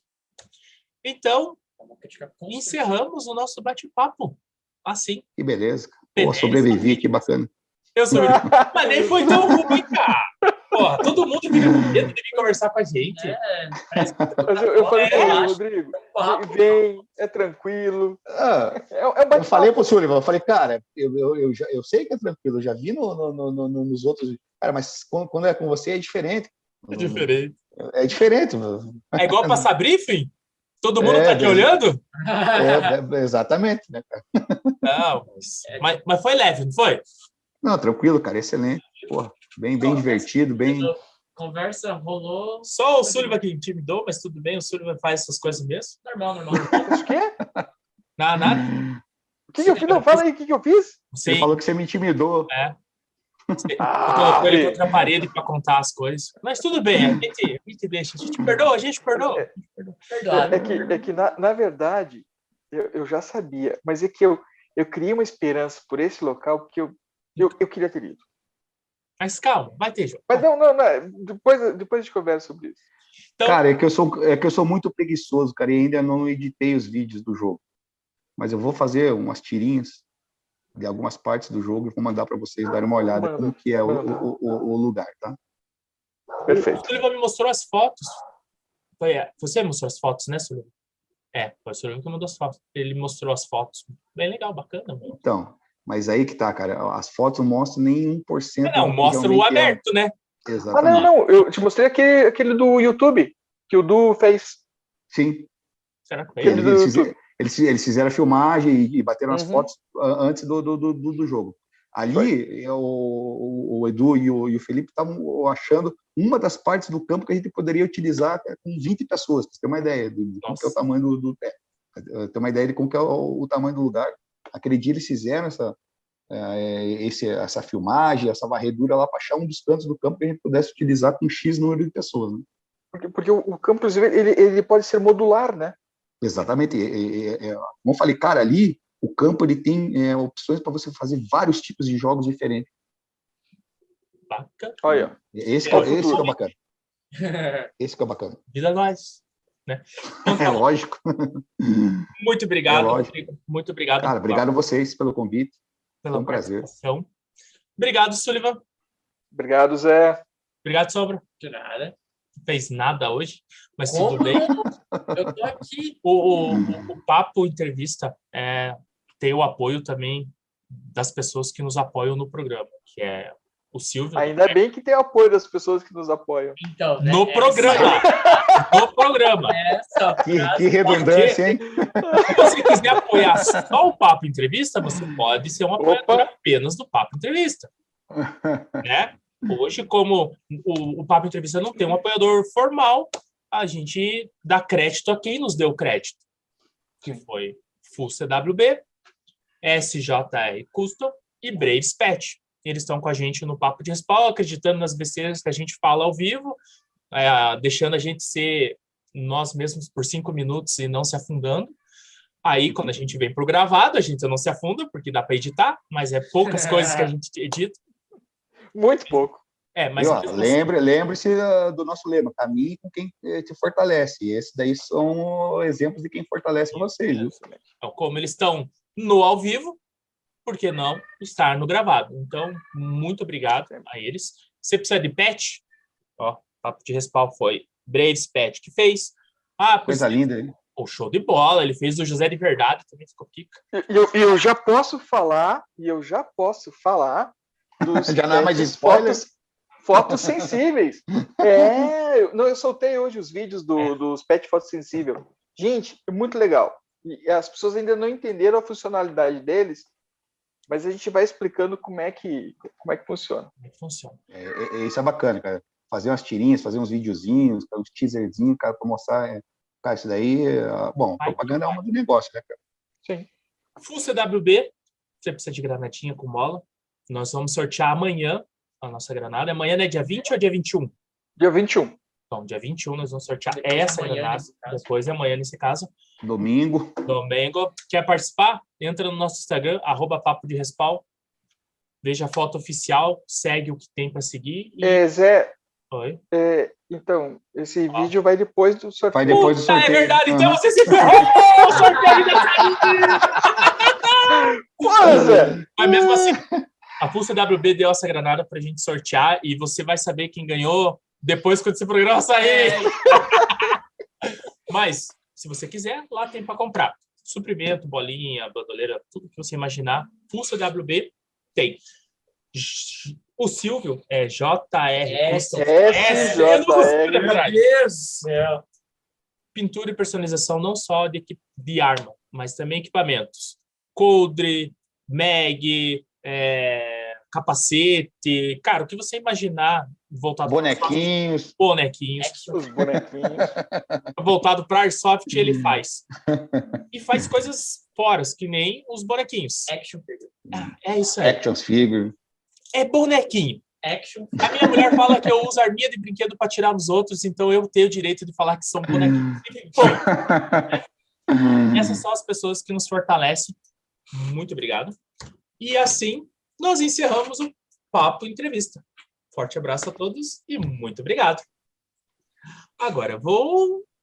Então, encerramos o nosso bate-papo. Assim. Que beleza. Pô, sobrevivi, que bacana. Eu sobrevivi. Mas nem foi tão ruim, cara. Porra, todo mundo fica com medo de vir conversar com a gente. É, Mas eu, eu falei É, para o Rodrigo, vem, é tranquilo. Ah, é, é eu falei pro Sullivan, eu falei, cara, eu, eu, eu, já, eu sei que é tranquilo, eu já vi no, no, no, no, nos outros. Cara, mas quando, quando é com você é diferente. É diferente. É diferente. Meu. É igual passar briefing? Todo mundo é, tá te olhando? É, é, exatamente, né, cara? Não, mas, mas, mas foi leve, não foi? Não, tranquilo, cara, excelente. Porra, bem, bem divertido, bem. Conversa rolou. Só o Sullivan que intimidou, mas tudo bem, o Sullivan faz essas coisas mesmo. Normal, normal. O quê? Não, nada. O que, que eu fiz? Não, fala aí o que, que eu fiz. Sim. Ele falou que você me intimidou. É. Você ah, colocou ele contra a parede para contar as coisas. Mas tudo bem, a gente, a gente deixa. A gente perdoa, a gente perdoa. É, é, é que, é que na, na verdade, eu, eu já sabia, mas é que eu, eu criei uma esperança por esse local que eu, eu, eu queria ter ido. Mas calma, vai ter jogo. Mas não, não, não. Depois, depois a gente conversa sobre isso. Então, cara, é que, eu sou, é que eu sou muito preguiçoso, cara, e ainda não editei os vídeos do jogo. Mas eu vou fazer umas tirinhas de algumas partes do jogo e vou mandar para vocês darem uma olhada manda, como que é o, o, o, o lugar, tá? Perfeito. O Sullivan me mostrou as fotos. Foi, você mostrou as fotos, né, Sullivan? É, foi o Sullivan que mandou as fotos. Ele mostrou as fotos. Bem legal, bacana. Mano. Então, mas aí que tá, cara. As fotos não mostram nem um por cento. Não, mostra o aberto, é. né? Exatamente. Ah, não, não. Eu te mostrei aquele, aquele do YouTube que o Du fez. Sim. Será que foi ele? Eles, fizeram, eles, eles fizeram a filmagem e, e bateram uhum. as fotos antes do, do, do, do jogo. Ali, eu, o Edu e o, e o Felipe estavam achando uma das partes do campo que a gente poderia utilizar com vinte pessoas, para você ter uma ideia de, de como que é o tamanho do, do pé. Ter uma ideia de como que é o, o tamanho do lugar. Aquele dia eles fizeram essa, esse, essa filmagem, essa varredura lá para achar um dos cantos do campo que a gente pudesse utilizar com X número de pessoas. Né? Porque, porque o, o campo, inclusive, ele, ele pode ser modular, né? Exatamente. É, é, é, como eu falei, cara, ali o campo ele tem é, opções para você fazer vários tipos de jogos diferentes. Bacana. Olha, esse, é, esse que é bacana. Esse que é bacana. Vida nós. Né? Então, é lógico. Muito obrigado. É lógico. Muito obrigado. Cara, obrigado a vocês pelo convite. Pela Foi um prazer. Obrigado, Sullivan. Obrigado, Zé. Obrigado, Sobra. De nada. Não fez nada hoje, mas Como? tudo bem. Eu tô aqui. O, o, o, o Papo Entrevista é, tem o apoio também das pessoas que nos apoiam no programa, que é o Silvio. Ainda bem que tem o apoio das pessoas que nos apoiam. Então, né? No Essa... programa. No programa. Essa que, que redundância, hein? Se você quiser apoiar só o Papo Entrevista, você pode ser um apoiador apenas do Papo Entrevista. Né? Hoje, como o, o Papo Entrevista não tem um apoiador formal, a gente dá crédito a quem nos deu crédito, que foi Full C W B, S J R Custom e Braves Pet. Eles estão com a gente no Papo de Respawn, acreditando nas besteiras que a gente fala ao vivo, é, deixando a gente ser nós mesmos por cinco minutos e não se afundando. Aí, quando a gente vem pro gravado, a gente não se afunda, porque dá para editar, mas é poucas coisas que a gente edita. Muito pouco. É, mas ó, lembre, lembre-se do nosso lema, caminhe com quem te fortalece. E esses daí são exemplos de quem fortalece vocês. Viu? Então, como eles estão no ao vivo, por que não estar no gravado? Então, muito obrigado a eles. Você precisa de pet? Ó, Papo de Respawn foi Braves Pet que fez. Ah, coisa linda, hein? O show de bola, ele fez do José de Verdade, também ficou pica. E eu, eu já posso falar, e eu já posso falar dos já não é mais de spoilers? Fotos, fotos sensíveis. É, não, eu soltei hoje os vídeos do, é. dos Pet Fotos Sensível. Gente, é muito legal. E as pessoas ainda não entenderam a funcionalidade deles, mas a gente vai explicando como é que, como é que funciona. Como é que funciona? É, é, isso é bacana, cara. Fazer umas tirinhas, fazer uns videozinhos, uns teaserzinhos, cara, para mostrar. É, cara, isso daí, é, bom, Vai, propaganda é vai. uma do negócio, né, cara? Sim. Full C W B, você precisa de granatinha com mola. Nós vamos sortear amanhã a nossa granada. Amanhã é dia vinte ou dia vinte e um? Dia vinte e um. Então, dia vinte e um nós vamos sortear Depois de essa amanhã, granada. nesse caso. Depois de amanhã, nesse caso. Domingo. Domingo. Quer participar? Entra no nosso Instagram, arroba Papo de Respawn. Veja a foto oficial, segue o que tem para seguir. E... É, Zé, Oi. é, então, esse Ó. vídeo vai depois do sorteio. Vai depois do Puta, sorteio. é verdade, então Aham. você se ferrou! O sorteio ainda Pô, Zé! Mas mesmo assim, a Pulsa W B deu essa granada pra gente sortear e você vai saber quem ganhou depois quando esse programa sair. Mas, se você quiser, lá tem para comprar. Suprimento, bolinha, bandoleira, tudo que você imaginar. Pulsa W B tem. J- O Silvio é J R. S, S, eu não consigo J R. lembrar. Meu Deus do céu. Pintura e personalização não só de, equi- de arma, mas também equipamentos. Coldre, mag, é, capacete, cara, o que você imaginar voltado Bonequinhos. para bonequinhos, Action. Os bonequinhos. voltado para Airsoft, ele faz. E faz coisas foras, que nem os bonequinhos. Action figure. Ah, é isso aí. Action figure. É bonequinho. Action. A minha mulher fala que eu uso arminha de brinquedo para tirar nos outros, então eu tenho o direito de falar que são bonequinhos. Bom, essas são as pessoas que nos fortalecem. Muito obrigado. E assim, nós encerramos o Papo Entrevista. Forte abraço a todos e muito obrigado. Agora, eu vou